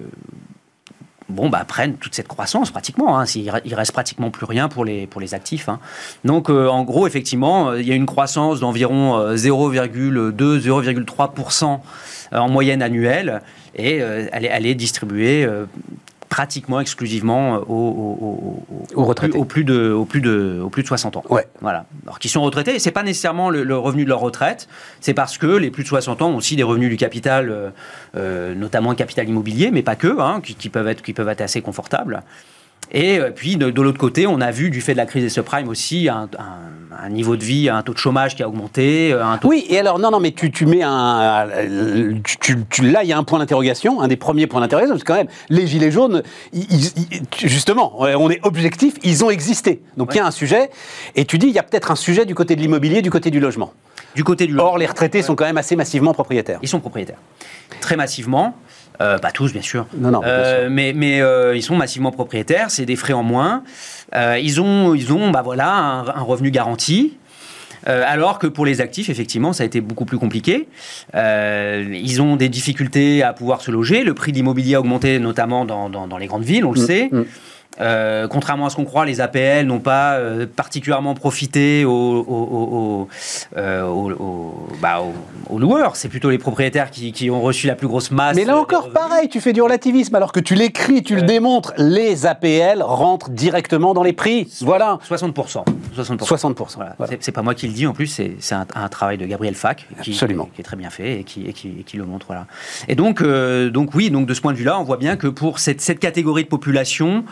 bon, bah, prennent toute cette croissance, pratiquement. Hein. Il ne reste pratiquement plus rien pour les, pour les actifs. Hein. Donc, euh, en gros, effectivement, il y a une croissance d'environ zéro virgule deux à zéro virgule trois pour cent en moyenne annuelle, et euh, elle, est, elle est distribuée... Euh, pratiquement exclusivement aux, aux, aux, aux retraités, aux plus, de, aux plus de, aux plus de soixante ans. Ouais. Voilà. Alors, qui sont retraités, et c'est pas nécessairement le, le revenu de leur retraite, c'est parce que les plus de soixante ans ont aussi des revenus du capital, euh, notamment le capital immobilier, mais pas que, hein, qui, qui peuvent être, qui peuvent être assez confortables. Et puis, de, de l'autre côté, on a vu, du fait de la crise des subprimes aussi, un, un, un niveau de vie, un taux de chômage qui a augmenté. Un taux oui, et alors, non, non, mais tu, tu mets un... Tu, tu, tu, là, il y a un point d'interrogation, un des premiers points d'interrogation, parce que quand même, les Gilets jaunes, ils, ils, justement, on est objectif, ils ont existé. Donc, il ouais. y a un sujet, et tu dis, il y a peut-être un sujet du côté de l'immobilier, du côté du logement. Du côté du logement. Or, les retraités ouais. sont quand même assez massivement propriétaires. Ils sont propriétaires. Très massivement. Euh, pas tous, bien sûr. Non, non, bien euh, sûr. Mais, mais euh, ils sont massivement propriétaires, c'est des frais en moins. Euh, ils ont, ils ont bah voilà, un, un revenu garanti. Euh, alors que pour les actifs, effectivement, ça a été beaucoup plus compliqué. Euh, ils ont des difficultés à pouvoir se loger. Le prix de l'immobilier a augmenté, notamment dans, dans, dans les grandes villes, on le mmh, sait. Mmh. Euh, contrairement à ce qu'on croit, les A P L n'ont pas euh, particulièrement profité aux, aux, aux, euh, aux, aux, bah, aux, aux loueurs. C'est plutôt les propriétaires qui, qui ont reçu la plus grosse masse. Mais là encore, pareil, tu fais du relativisme. Alors que tu l'écris, tu euh, le démontres, les A P L rentrent directement dans les prix. Voilà. soixante pour cent. soixante pour cent. soixante pour cent. Voilà. Voilà. C'est, c'est pas moi qui le dis, en plus, c'est, c'est un, un travail de Gabriel Fac qui, Absolument. qui, qui est très bien fait et qui, et qui, et qui le montre. Voilà. Et donc, euh, donc, oui, donc de ce point de vue-là, on voit bien que pour cette, cette catégorie de population,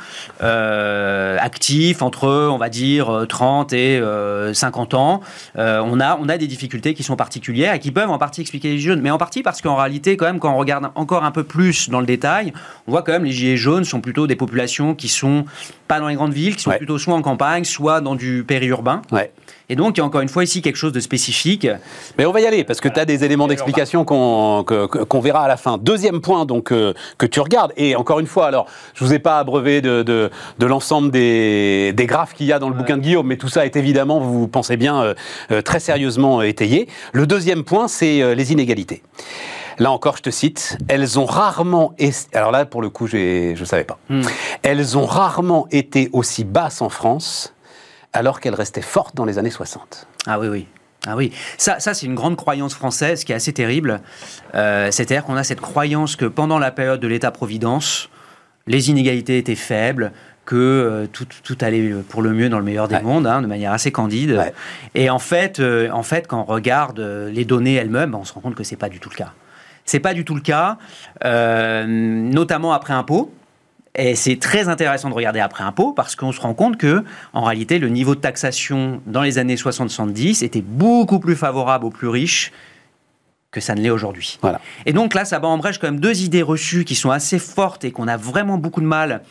Euh, actifs entre, on va dire, trente et euh, cinquante ans, euh, on, a, on a des difficultés qui sont particulières et qui peuvent en partie expliquer les Gilets jaunes. Mais en partie parce qu'en réalité, quand même, quand on regarde encore un peu plus dans le détail, on voit quand même les Gilets jaunes sont plutôt des populations qui sont pas dans les grandes villes, qui sont ouais. plutôt soit en campagne, soit dans du périurbain. Ouais. Et donc, il y a encore une fois ici quelque chose de spécifique. Mais on va y aller, parce que voilà. tu as des éléments d'explication qu'on, que, qu'on verra à la fin. Deuxième point donc, euh, que tu regardes, et encore une fois, alors, je ne vous ai pas abreuvé de, de, de l'ensemble des, des graphes qu'il y a dans le ouais. bouquin de Guillaume, mais tout ça est évidemment, vous pensez bien, euh, euh, très sérieusement étayé. Le deuxième point, c'est euh, les inégalités. Là encore, je te cite, elles ont rarement... Est... Alors là, pour le coup, j'ai... je ne savais pas. Hmm. Elles ont rarement été aussi basses en France alors qu'elle restait forte dans les années soixante. Ah oui, oui. Ah oui, ça, ça c'est une grande croyance française qui est assez terrible. Euh, c'est-à-dire qu'on a cette croyance que pendant la période de l'État-providence, les inégalités étaient faibles, que euh, tout, tout allait pour le mieux dans le meilleur des ouais. mondes, hein, de manière assez candide. Ouais. Et en fait, euh, en fait, quand on regarde les données elles-mêmes, on se rend compte que c'est pas du tout le cas. C'est pas du tout le cas, euh, notamment après impôt. Et c'est très intéressant de regarder après impôt parce qu'on se rend compte que, en réalité, le niveau de taxation dans les années soixante soixante-dix était beaucoup plus favorable aux plus riches que ça ne l'est aujourd'hui. Voilà. Et donc là, ça bat en brèche quand même deux idées reçues qui sont assez fortes et qu'on a vraiment beaucoup de mal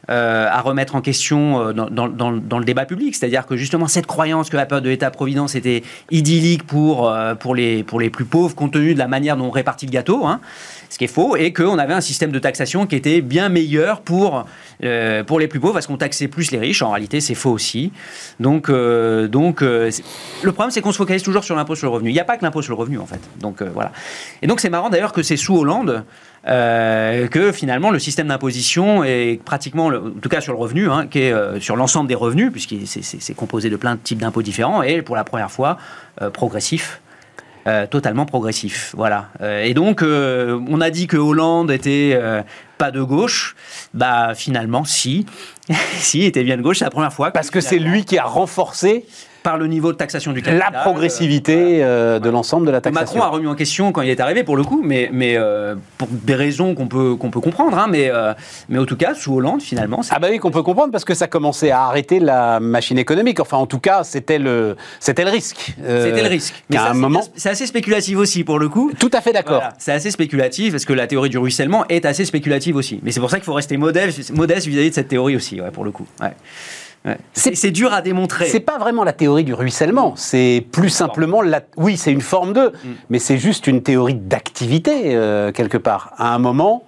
euh, à remettre en question euh, dans, dans, dans, dans le débat public. C'est-à-dire que justement, cette croyance que la période de l'État-providence était idyllique pour, euh, pour, les, pour les plus pauvres, compte tenu de la manière dont on répartit le gâteau, hein, ce qui est faux, et qu'on avait un système de taxation qui était bien meilleur pour, euh, pour les plus pauvres, parce qu'on taxait plus les riches. En réalité, c'est faux aussi. Donc, euh, donc euh, le problème, c'est qu'on se focalise toujours sur l'impôt sur le revenu. Il n'y a pas que l'impôt sur le revenu, en fait. Donc, euh, voilà. Et donc, c'est marrant, d'ailleurs, que c'est sous Hollande euh, que, finalement, le système d'imposition est pratiquement, en tout cas sur le revenu, hein, qui est euh, sur l'ensemble des revenus, puisque c'est, c'est, c'est composé de plein de types d'impôts différents, et pour la première fois, euh, progressif. Euh, totalement progressif, voilà. Euh, et donc, euh, on a dit que Hollande était euh, pas de gauche. Bah, finalement, si, si, il était bien de gauche. C'est la première fois. Parce que c'est lui qui a renforcé par le niveau de taxation du capital, la progressivité euh, euh, de voilà. l'ensemble de la taxation. Macron a remis en question quand il est arrivé, pour le coup, mais, mais euh, pour des raisons qu'on peut, qu'on peut comprendre, hein, mais, euh, mais en tout cas, sous Hollande, finalement... Ah bah oui, qu'on peut comprendre, parce que ça commençait à arrêter la machine économique. Enfin, en tout cas, c'était le, c'était le risque. Euh, c'était le risque. Mais ça, un c'est, moment... c'est assez spéculatif aussi, pour le coup. Tout à fait d'accord. Voilà, c'est assez spéculatif, parce que la théorie du ruissellement est assez spéculative aussi. Mais c'est pour ça qu'il faut rester modeste, modeste vis-à-vis de cette théorie aussi, ouais, pour le coup. Ouais. Ouais. C'est, c'est dur à démontrer. C'est pas vraiment la théorie du ruissellement, c'est plus simplement la... Oui, c'est une forme de, mm. mais c'est juste une théorie d'activité euh, quelque part. À un moment,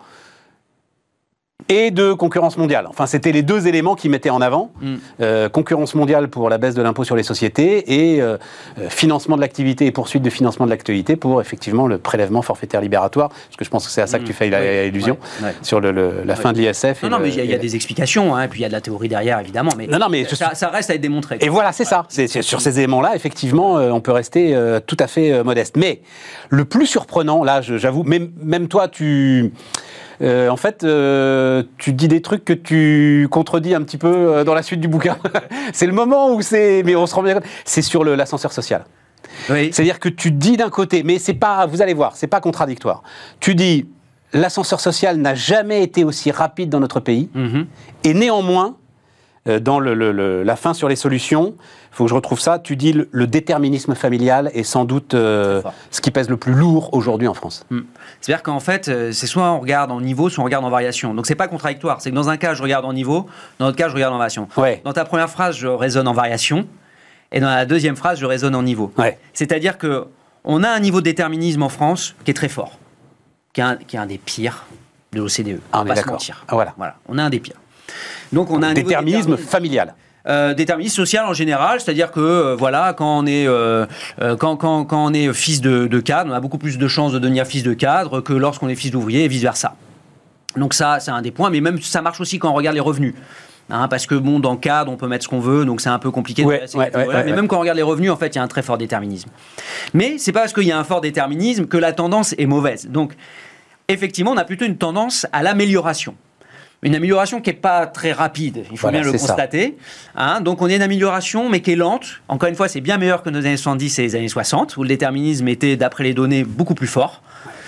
et de concurrence mondiale. Enfin, c'était les deux éléments qui mettaient en avant. Mm. Euh, concurrence mondiale pour la baisse de l'impôt sur les sociétés et euh, financement de l'activité et poursuite de financement de l'activité pour effectivement le prélèvement forfaitaire libératoire. Parce que je pense que c'est à ça que tu fais oui. allusion, ouais. Ouais. sur le, le, la ouais. fin de l'I S F. Non, non, mais il y, y a des explications, hein, et puis il y a de la théorie derrière, évidemment. Mais, non, non, mais ça, ça reste à être démontré. Et voilà, c'est ouais. ça. C'est, c'est, sur ces éléments-là, effectivement, euh, on peut rester euh, tout à fait euh, modeste. Mais le plus surprenant, là, je, j'avoue, même, même toi, tu... Euh, en fait, euh, tu dis des trucs que tu contredis un petit peu euh, dans la suite du bouquin. C'est le moment où c'est... Mais on se rend bien compte. C'est sur le, l'ascenseur social. Oui. C'est-à-dire que tu dis d'un côté, mais c'est pas... Vous allez voir, c'est pas contradictoire. Tu dis, l'ascenseur social n'a jamais été aussi rapide dans notre pays. Mm-hmm. Et néanmoins, euh, dans le, le, le, la fin sur les solutions... Il faut que je retrouve ça. Tu dis le, le déterminisme familial est sans doute euh, ce qui pèse le plus lourd aujourd'hui en France. Mmh. C'est-à-dire qu'en fait, c'est soit on regarde en niveau, soit on regarde en variation. Donc c'est pas contradictoire. C'est que dans un cas, je regarde en niveau, dans l'autre cas, je regarde en variation. Ouais. Dans ta première phrase, je raisonne en variation, et dans la deuxième phrase, je raisonne en niveau. Ouais. C'est-à-dire que on a un niveau de déterminisme en France qui est très fort, qui est un, qui est un des pires de l'O C D E. Ah, on, on va est se mentir. Ah, voilà. Voilà. On a un des pires. Donc on a un déterminisme, déterminisme familial. Euh, déterminisme social en général, c'est-à-dire que euh, voilà, quand on est euh, euh, quand, quand, quand on est fils de, de cadre, on a beaucoup plus de chances de devenir fils de cadre que lorsqu'on est fils d'ouvrier et vice versa. Donc ça, c'est un des points, mais même ça marche aussi quand on regarde les revenus. Hein, parce que bon, dans cadre, on peut mettre ce qu'on veut, donc c'est un peu compliqué. De ouais, ouais, ouais, ouais, mais ouais. même quand on regarde les revenus, en fait, il y a un très fort déterminisme. Mais c'est pas parce qu'il y a un fort déterminisme que la tendance est mauvaise. Donc effectivement, on a plutôt une tendance à l'amélioration. Une amélioration qui n'est pas très rapide, il faut voilà, bien le constater. Hein, donc on a une amélioration, mais qui est lente. Encore une fois, c'est bien meilleur que nos années soixante-dix et les années soixante, où le déterminisme était, d'après les données, beaucoup plus fort.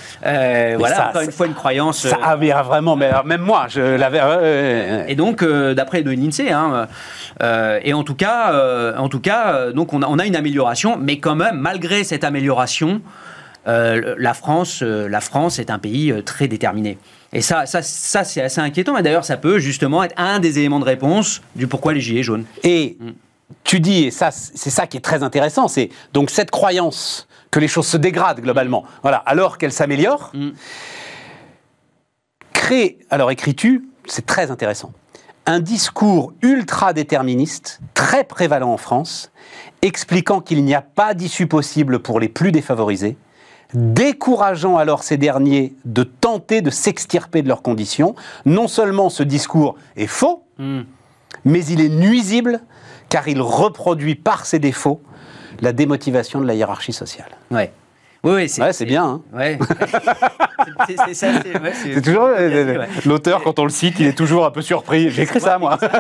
Euh, voilà, ça, encore une fois, une croyance... Ça avait euh, vraiment, mais même moi, je l'avais... Euh, et donc, euh, d'après les données de l'INSEE, hein, euh, et en tout cas, euh, en tout cas euh, donc on a, on a une amélioration, mais quand même, malgré cette amélioration, euh, la, France, euh, la France est un pays euh, très déterminé. Et ça, ça, ça, c'est assez inquiétant. Et d'ailleurs, ça peut justement être un des éléments de réponse du pourquoi les gilets jaunes. Et mm. tu dis, et ça, c'est ça qui est très intéressant, c'est donc cette croyance que les choses se dégradent globalement, mm. voilà, alors qu'elles s'améliorent, mm. crée, alors écris-tu, c'est très intéressant, un discours ultra-déterministe, très prévalent en France, expliquant qu'il n'y a pas d'issue possible pour les plus défavorisés, décourageant alors ces derniers de tenter de s'extirper de leurs conditions. Non seulement ce discours est faux, mmh. mais il est nuisible, car il reproduit par ses défauts la démotivation de la hiérarchie sociale. Ouais. Oui, oui, c'est, ouais, c'est, c'est bien. Hein. Ouais. c'est, c'est, c'est, ça, c'est, ouais, c'est, c'est toujours c'est, c'est, ouais. L'auteur, quand on le cite, il est toujours un peu surpris. J'ai écrit ouais, ça, moi.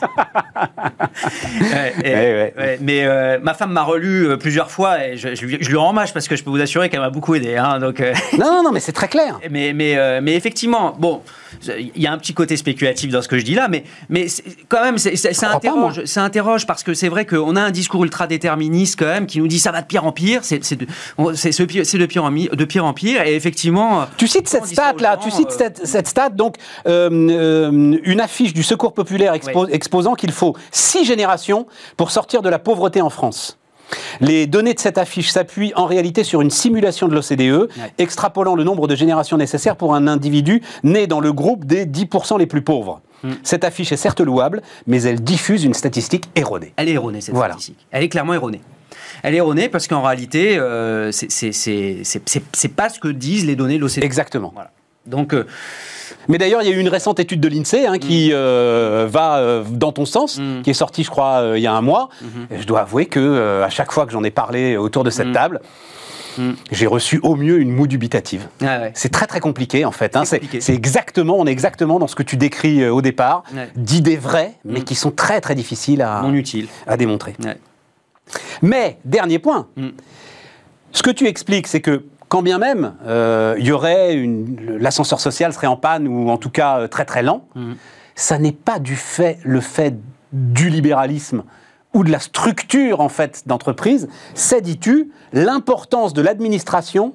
ouais, et, ouais, ouais. Ouais, mais euh, ma femme m'a relu euh, plusieurs fois et je, je, je lui rends hommage parce que je peux vous assurer qu'elle m'a beaucoup aidé. Hein, donc, euh... Non, non, mais c'est très clair. Mais, mais, euh, mais effectivement, bon, il y a un petit côté spéculatif dans ce que je dis là, mais, mais c'est, quand même, c'est, c'est, ça, interroge, pas, ça interroge parce que c'est vrai qu'on a un discours ultra déterministe quand même qui nous dit ça va de pire en pire. C'est, c'est, de, c'est, c'est, c'est de pire en, de pire en pire. Et effectivement, Tu cites cette stat-là, tu cites euh... cette, cette stat, donc euh, euh, une affiche du Secours populaire expo- oui. exposant qu'il faut six générations pour sortir de la pauvreté en France. Les données de cette affiche s'appuient en réalité sur une simulation de l'O C D E, ouais. extrapolant le nombre de générations nécessaires pour un individu né dans le groupe des dix pour cent les plus pauvres. Hum. Cette affiche est certes louable, mais elle diffuse une statistique erronée. Elle est erronée, cette voilà. statistique. Elle est clairement erronée. Elle est erronée parce qu'en réalité, euh, c'est, c'est, c'est, c'est, c'est, c'est pas ce que disent les données de l'O C D E. Exactement. Voilà. Donc... Euh, Mais d'ailleurs, il y a eu une récente étude de l'INSEE hein, qui mmh. euh, va euh, dans ton sens, mmh. qui est sortie, je crois, euh, il y a un mois. Mmh. Et je dois avouer que euh, à chaque fois que j'en ai parlé autour de cette mmh. table, mmh. j'ai reçu au mieux une moue dubitative. Ah ouais. C'est très très compliqué en fait. Hein. C'est, compliqué. c'est exactement, on est exactement dans ce que tu décris euh, au départ, ouais. d'idées vraies, mais mmh. qui sont très très difficiles à, non utiles. à démontrer. Ouais. Mais dernier point, mmh. ce que tu expliques, c'est que quand bien même, il euh, y aurait une, l'ascenseur social serait en panne ou en tout cas euh, très très lent, mmh. ça n'est pas du fait, le fait du libéralisme ou de la structure en fait d'entreprise, c'est, dis-tu, l'importance de l'administration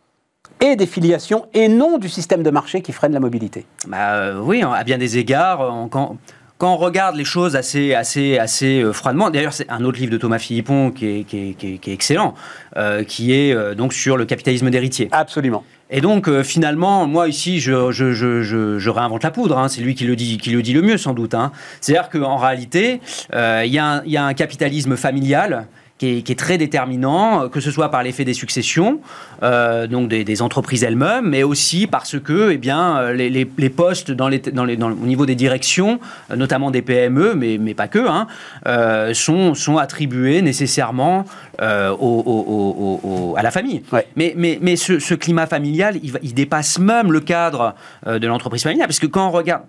et des filiations et non du système de marché qui freine la mobilité. Bah, euh, oui, à bien des égards, en, quand... Quand on regarde les choses assez, assez, assez euh, froidement, d'ailleurs c'est un autre livre de Thomas Philippon qui est, qui est, qui est, qui est excellent, euh, qui est euh, donc sur le capitalisme d'héritier. Absolument. Et donc euh, finalement, moi ici, je, je, je, je, je réinvente la poudre. Hein, c'est lui qui le dit, qui le dit le mieux sans doute. Hein. C'est-à-dire qu'en réalité, il euh, y, y a un capitalisme familial. Qui est, qui est très déterminant, que ce soit par l'effet des successions, euh, donc des, des entreprises elles-mêmes, mais aussi parce que eh bien, les, les, les postes dans les, dans les, dans, au niveau des directions, notamment des P M E, mais, mais pas que, hein, euh, sont, sont attribués nécessairement euh, au, au, au, au, à la famille. Ouais. Mais, mais, mais ce, ce climat familial, il, il dépasse même le cadre euh, de l'entreprise familiale, parce que quand on regarde...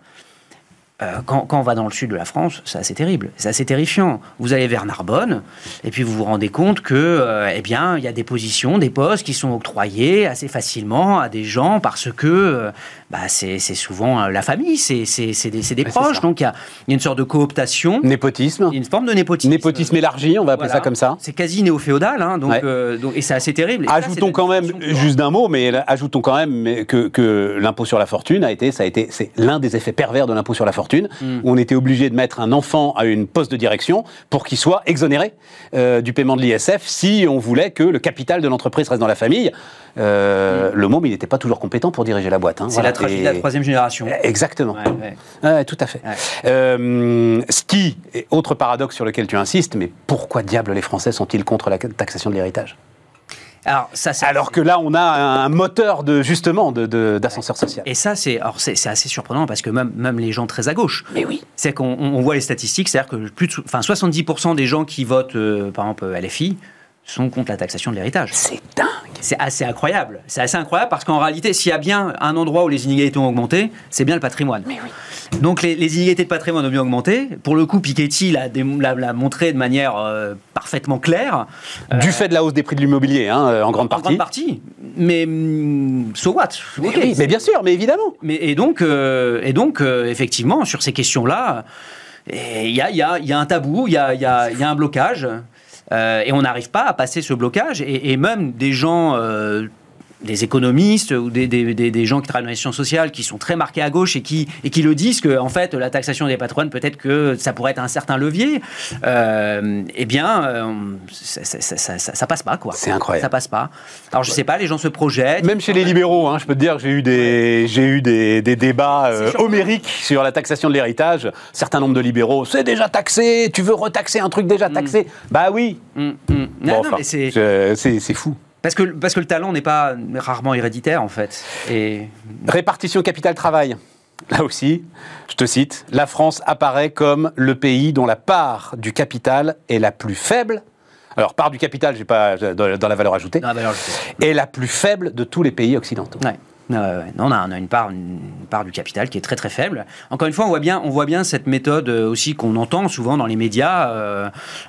Euh, quand, quand on va dans le sud de la France, c'est assez terrible, c'est assez terrifiant. Vous allez vers Narbonne, et puis vous vous rendez compte que, euh, eh bien, il y a des positions, des postes qui sont octroyés assez facilement à des gens parce que, euh, bah, c'est, c'est souvent la famille, c'est, c'est, c'est des, c'est des ouais, proches. C'est donc il y, y a une sorte de cooptation, népotisme, une forme de népotisme, népotisme élargi, on va appeler voilà. ça comme ça. C'est quasi néo-féodal, hein, donc, ouais. euh, donc, et c'est assez terrible. Et ajoutons ça, quand même, juste d'un mot, mais ajoutons quand même que, que l'impôt sur la fortune a été, ça a été, c'est l'un des effets pervers de l'impôt sur la fortune. Mmh. Où on était obligé de mettre un enfant à une poste de direction pour qu'il soit exonéré euh, du paiement de l'I S F si on voulait que le capital de l'entreprise reste dans la famille. Euh, mmh. Le môme, il n'était pas toujours compétent pour diriger la boîte. Hein. C'est voilà. la tragédie de la troisième génération. Exactement. Ouais, ouais. Ouais, tout à fait. Ouais. Euh, ce qui est autre paradoxe sur lequel tu insistes, mais pourquoi diable les Français sont-ils contre la taxation de l'héritage ? Alors, ça, c'est... Alors que là, on a un moteur de, justement de, de, d'ascenseur social. Et ça, c'est, alors c'est, c'est assez surprenant parce que même, même les gens très à gauche, mais oui. c'est qu'on on voit les statistiques, c'est-à-dire que plus de, enfin, soixante-dix pour cent des gens qui votent, euh, par exemple, L F I, sont contre la taxation de l'héritage. C'est dingue. C'est assez incroyable. C'est assez incroyable parce qu'en réalité, s'il y a bien un endroit où les inégalités ont augmenté, c'est bien le patrimoine. Mais oui. Donc les, les inégalités de patrimoine ont bien augmenté. Pour le coup, Piketty l'a, l'a, l'a montré de manière euh, parfaitement claire. Du euh, fait de la hausse des prix de l'immobilier, hein, en grande partie. En grande partie. Mais so what mais, okay. oui, mais bien sûr, mais évidemment. Mais, et donc, euh, et donc euh, effectivement, sur ces questions-là, il y a, y, a, y a un tabou, il y a, y, a, y a un blocage. Euh, et on n'arrive pas à passer ce blocage. Et, et même des gens, euh, des économistes ou des, des, des, des gens qui travaillent dans les sciences sociales qui sont très marqués à gauche et qui, et qui le disent que en fait, la taxation des patrons, peut-être que ça pourrait être un certain levier, euh, eh bien, euh, ça, ça, ça, ça, ça passe pas, quoi. C'est incroyable. Ça passe pas. Alors, je sais pas, les gens se projettent. Même chez les libéraux, hein, je peux te dire que j'ai eu des, j'ai eu des, des débats euh, homériques sur la taxation de l'héritage. Un certain nombre de libéraux, c'est déjà taxé, tu veux retaxer un truc déjà taxé mmh. Bah oui. Mmh, mmh. Bon, non, enfin, non, mais c'est... Je, c'est, c'est fou. Parce que, parce que le talent n'est pas rarement héréditaire, en fait. Et... Répartition capital-travail. Là aussi, je te cite, la France apparaît comme le pays dont la part du capital est la plus faible. Alors, part du capital, j'ai pas dans la valeur ajoutée. Dans la valeur ajoutée. Est la plus faible de tous les pays occidentaux. Ouais. Euh, ouais. Non, on a, on a une, part, une part du capital qui est très très faible. Encore une fois, on voit bien, on voit bien cette méthode aussi qu'on entend souvent dans les médias euh,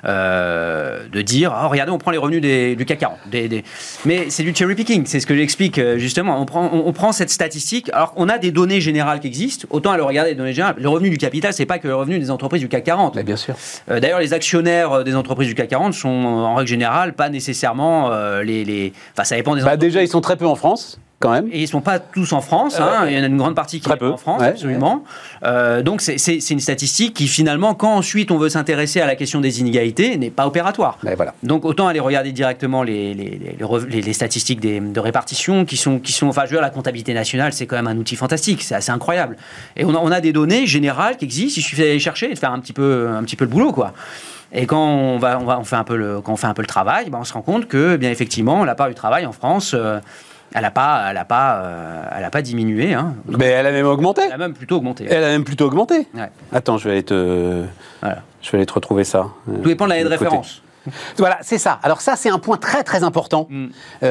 euh, de dire oh, regardez, on prend les revenus des, du C A C quarante. Des, des... Mais c'est du cherry picking, c'est ce que j'explique justement. On prend, on, on prend cette statistique. Alors, on a des données générales qui existent. Autant aller regarder les données générales. Le revenu du capital, c'est pas que le revenu des entreprises du C A C quarante. Mais bien sûr. Euh, d'ailleurs, les actionnaires des entreprises du C A C quarante sont en règle générale pas nécessairement euh, les, les. Enfin, ça dépend des. Bah entreprises. déjà, ils sont très peu en France. quand même. Et ils ne sont pas tous en France, hein. euh, il y en a une grande partie qui est en France, ouais, absolument. Ouais. Euh, donc c'est, c'est, c'est une statistique qui finalement, quand ensuite on veut s'intéresser à la question des inégalités, n'est pas opératoire. Ben voilà. Donc autant aller regarder directement les, les, les, les, les statistiques des, de répartition qui sont, qui sont, enfin je veux dire, la comptabilité nationale, c'est quand même un outil fantastique, c'est assez incroyable. Et on a, on a des données générales qui existent, il suffit d'aller chercher et de faire un petit peu, un petit peu le boulot, quoi. Et quand on va, on va, on fait un peu le, quand on fait un peu le travail, ben on se rend compte que, bien effectivement, la part du travail en France, euh, elle n'a pas, elle a pas, euh, elle a pas diminué. Hein. Mais elle a même augmenté. Elle a même plutôt augmenté. Elle a même plutôt augmenté. Ouais. Attends, je vais aller te, voilà. je vais aller te retrouver ça. Tout dépend de l'année de référence. Voilà, c'est ça. Alors ça, c'est un point très très important mm.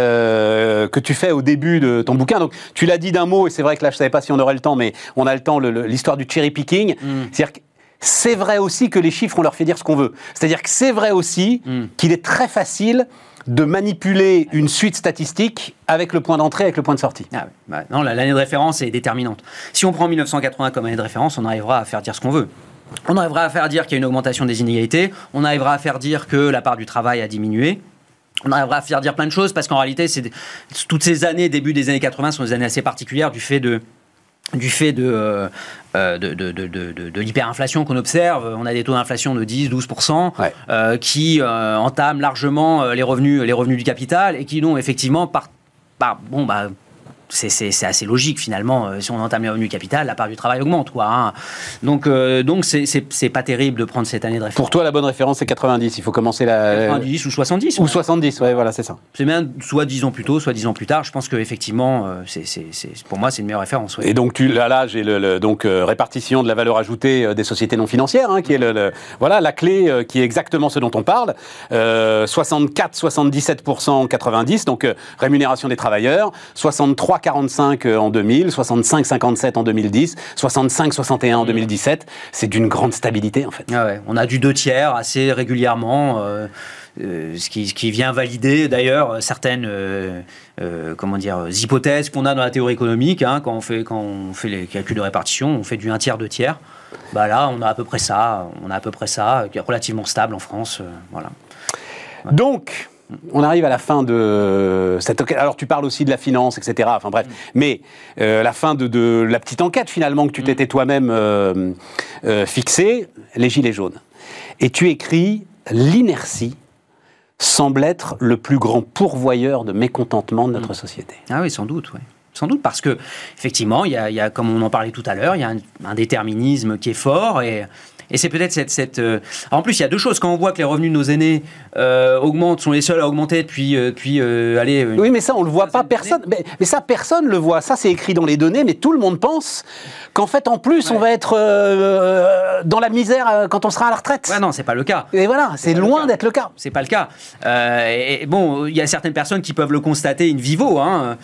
euh, que tu fais au début de ton bouquin. Donc, tu l'as dit d'un mot, et c'est vrai que là, je ne savais pas si on aurait le temps, mais on a le temps, le, le, l'histoire du cherry picking. Mm. C'est-à-dire que c'est vrai aussi que les chiffres, on leur fait dire ce qu'on veut. C'est-à-dire que c'est vrai aussi mm. qu'il est très facile de manipuler une suite statistique avec le point d'entrée, avec le point de sortie. Ah oui. Bah, non, l'année de référence est déterminante. Si on prend mille neuf cent quatre-vingts comme année de référence, on arrivera à faire dire ce qu'on veut. On arrivera à faire dire qu'il y a une augmentation des inégalités, on arrivera à faire dire que la part du travail a diminué, on arrivera à faire dire plein de choses, parce qu'en réalité, c'est, toutes ces années, début des années quatre-vingts, sont des années assez particulières du fait de... du fait de, euh, de, de, de, de, de, de l'hyperinflation qu'on observe. On a des taux d'inflation de dix à douze pour cent ouais. euh, qui euh, entament largement les revenus, les revenus du capital et qui, non, effectivement, par, par, bon, bah, c'est, c'est, c'est assez logique, finalement. Euh, si on entame les revenus du capital, la part du travail augmente, quoi, hein. Donc, euh, donc c'est, c'est, c'est pas terrible de prendre cette année de référence. Pour toi, la bonne référence, c'est quatre-vingt-dix. Il faut commencer la... quatre-vingt-dix ou soixante-dix. Ou ouais. soixante-dix, ouais, voilà, c'est ça. C'est bien soit dix ans plus tôt, soit dix ans plus tard. Je pense qu'effectivement, euh, c'est, c'est, c'est, pour moi, c'est une meilleure référence. Ouais. Et donc, tu, là, là, j'ai le, le donc, euh, répartition de la valeur ajoutée euh, des sociétés non financières, hein, qui est le, le, voilà, la clé euh, qui est exactement ce dont on parle. Euh, soixante-quatre à soixante-dix-sept pour cent en quatre-vingt-dix, donc euh, rémunération des travailleurs. soixante-trois à quarante-cinq euh, en deux mille, soixante-cinq à cinquante-sept en deux mille dix, soixante-cinq à soixante et un en deux mille dix-sept. C'est d'une grande stabilité, en fait. Ah ouais, on a du deux tiers assez régulièrement, euh, euh, ce, qui, ce qui vient valider d'ailleurs certaines euh, euh, comment dire, hypothèses qu'on a dans la théorie économique. Hein, quand, on fait, quand on fait les calculs de répartition, on fait du un tiers, deux tiers. Bah là, on a à peu près ça, on a à peu près ça, qui est relativement stable en France. Euh, voilà. Ouais. Donc... on arrive à la fin de cette... Alors, tu parles aussi de la finance, et cetera. Enfin, bref. Mmh. Mais euh, la fin de, de la petite enquête, finalement, que tu t'étais toi-même euh, euh, fixée, les Gilets jaunes. Et tu écris « L'inertie semble être le plus grand pourvoyeur de mécontentement de notre mmh. société. » Ah oui, sans doute, oui. Sans doute, parce que, effectivement, il y a, il y a, comme on en parlait tout à l'heure, il y a un, un déterminisme qui est fort et... Et c'est peut-être cette... cette euh... Alors en plus, il y a deux choses. Quand on voit que les revenus de nos aînés euh, augmentent, sont les seuls à augmenter depuis... Euh, depuis euh, allez, oui, mais ça, on ne le voit pas. Personne, mais, mais ça, personne ne le voit. Ça, c'est écrit dans les données, mais tout le monde pense qu'en fait, en plus, ouais. on va être euh, dans la misère quand on sera à la retraite. Ouais, non, c'est pas le cas. Et voilà, c'est, c'est loin le d'être le cas. C'est pas le cas. Euh, et, et bon, il y a certaines personnes qui peuvent le constater in vivo, hein,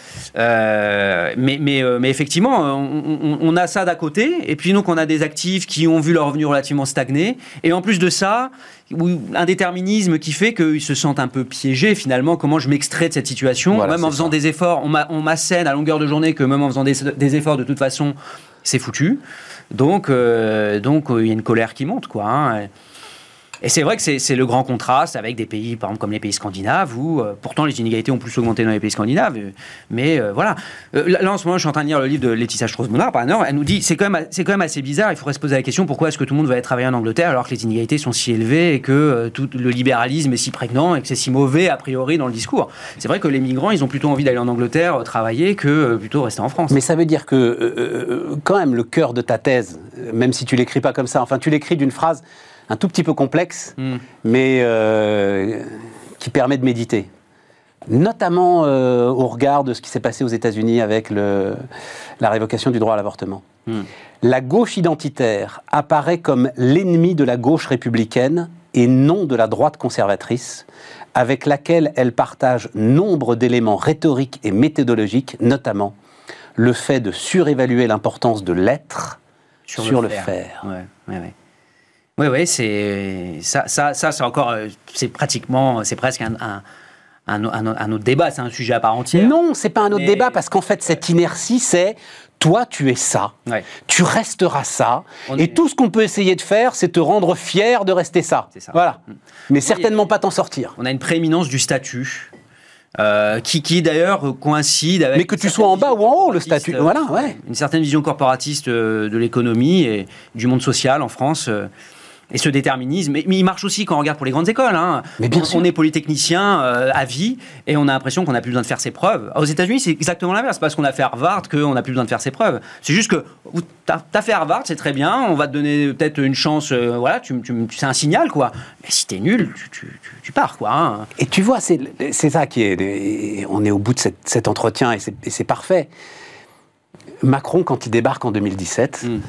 euh, mais, mais, euh, mais effectivement, on, on, on a ça d'à côté, et puis donc on a des actifs qui ont vu leurs revenus relativement stagné, et en plus de ça, un déterminisme qui fait qu'ils se sentent un peu piégés finalement. Comment je m'extrais de cette situation, voilà, même en faisant ça. des efforts, on, on m'assène à longueur de journée que même en faisant des, des efforts, de toute façon, c'est foutu. Donc, euh, donc il y a une colère qui monte, quoi. Hein. Et c'est vrai que c'est, c'est le grand contraste avec des pays, par exemple, comme les pays scandinaves, où euh, pourtant les inégalités ont plus augmenté dans les pays scandinaves. Euh, mais euh, voilà. Euh, là, en ce moment, je suis en train de lire le livre de Laetitia Strauss-Munard, par exemple. Elle nous dit, c'est quand même, c'est quand même assez bizarre. Il faudrait se poser la question, pourquoi est-ce que tout le monde va aller travailler en Angleterre alors que les inégalités sont si élevées et que euh, tout le libéralisme est si prégnant et que c'est si mauvais, a priori, dans le discours. C'est vrai que les migrants, ils ont plutôt envie d'aller en Angleterre euh, travailler que euh, plutôt rester en France. Mais ça veut dire que, euh, quand même, le cœur de ta thèse, même si tu l'écris pas comme ça, enfin, tu l'écris d'une phrase un tout petit peu complexe, mm. mais euh, qui permet de méditer. Notamment euh, au regard de ce qui s'est passé aux États-Unis avec le, la révocation du droit à l'avortement. Mm. La gauche identitaire apparaît comme l'ennemi de la gauche républicaine et non de la droite conservatrice, avec laquelle elle partage nombre d'éléments rhétoriques et méthodologiques, notamment le fait de surévaluer l'importance de l'être sur, sur le, le faire. faire. Ouais, ouais, ouais. Oui, oui, c'est ça, ça, ça, c'est encore, c'est pratiquement, c'est presque un, un, un, un, un autre débat, c'est un sujet à part entière. Non, c'est pas un autre mais... débat parce qu'en fait, cette inertie, c'est toi, tu es ça, ouais. tu resteras ça, on et est... tout ce qu'on peut essayer de faire, c'est te rendre fier de rester ça. C'est ça. Voilà, mais certainement pas t'en sortir. On a une prééminence du statut. Euh, qui, qui d'ailleurs coïncide avec... Mais que tu sois en bas ou en haut, le statut. Euh, voilà, ouais. Une certaine vision corporatiste euh, de l'économie et du monde social en France. Euh, et ce déterminisme. Mais, mais il marche aussi quand on regarde pour les grandes écoles. Hein. Mais bien on, sûr. on est polytechnicien euh, à vie et on a l'impression qu'on n'a plus besoin de faire ses preuves. Aux États-Unis, c'est exactement l'inverse. C'est parce qu'on a fait Harvard qu'on n'a plus besoin de faire ses preuves. C'est juste que tu as fait Harvard, c'est très bien. On va te donner peut-être une chance. Euh, voilà, tu, tu, c'est un signal, quoi. Mais si tu es nul, tu, tu, tu, tu pars, quoi. Hein. Et tu vois, c'est, c'est ça qui est. On est au bout de cette, cet entretien et c'est, et c'est parfait. Macron, quand il débarque en deux mille dix-sept, mm.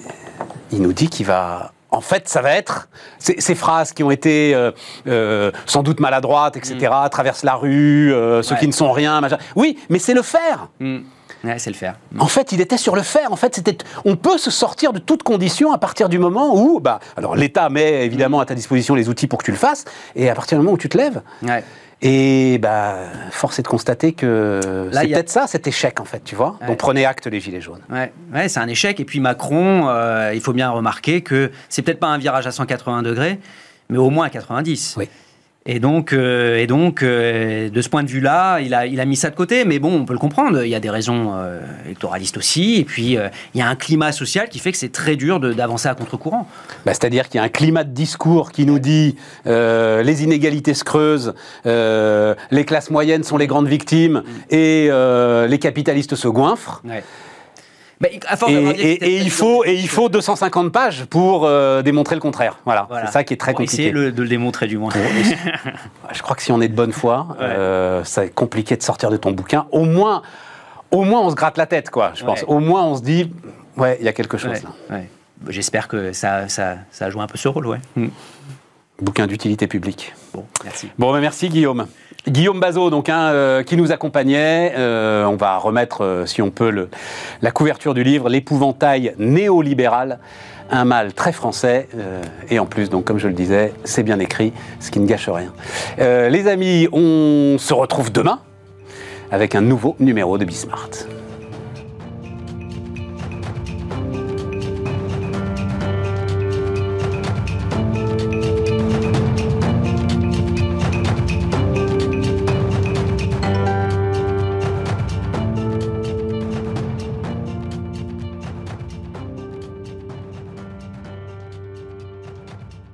il nous dit qu'il va. En fait, ça va être ces, ces phrases qui ont été euh, euh, sans doute maladroites, et cetera. Mm. Traverse la rue, euh, ceux ouais. qui ne sont rien, machin. Oui, mais c'est le faire. Mm. Ouais, c'est le faire. En fait, il était sur le faire. En fait, c'était. On peut se sortir de toute condition à partir du moment où, bah, alors l'État met évidemment à ta disposition les outils pour que tu le fasses, et à partir du moment où tu te lèves. Ouais. Et bah, force est de constater que là, c'est peut-être a... ça, cet échec, en fait, tu vois. Ouais. Donc prenez acte, les Gilets jaunes. Ouais, ouais, c'est un échec. Et puis Macron, euh, il faut bien remarquer que c'est peut-être pas un virage à cent quatre-vingts degrés, mais au moins à quatre-vingt-dix. Oui. Et donc, euh, et donc euh, de ce point de vue-là, il a, il a mis ça de côté. Mais bon, on peut le comprendre. Il y a des raisons euh, électoralistes aussi. Et puis, euh, il y a un climat social qui fait que c'est très dur de, d'avancer à contre-courant. Bah, c'est-à-dire qu'il y a un climat de discours qui nous dit euh, les inégalités se creusent, euh, les classes moyennes sont les grandes victimes mmh. et euh, les capitalistes se goinfrent. Ouais. Mais à force et, et, et, il faut, et il faut deux cent cinquante pages pour euh, démontrer le contraire. Voilà, voilà. C'est ça qui est très pour compliqué. Essayer le, de le démontrer du moins. Je crois que si on est de bonne foi, ouais. euh, c'est compliqué de sortir de ton bouquin. Au moins, au moins on se gratte la tête, quoi, je pense. Ouais. Au moins on se dit, ouais, il y a quelque chose ouais. là. Ouais. J'espère que ça, ça, ça a joué un peu ce rôle, ouais. Mm. Bouquin d'utilité publique. Bon, merci. Bon, ben merci Guillaume. Guillaume Bazot, donc, hein, euh, qui nous accompagnait. Euh, on va remettre, euh, si on peut, le, la couverture du livre, L'épouvantail néolibéral, un mal très français. Euh, et en plus, donc, comme je le disais, c'est bien écrit, ce qui ne gâche rien. Euh, les amis, on se retrouve demain avec un nouveau numéro de Bismart.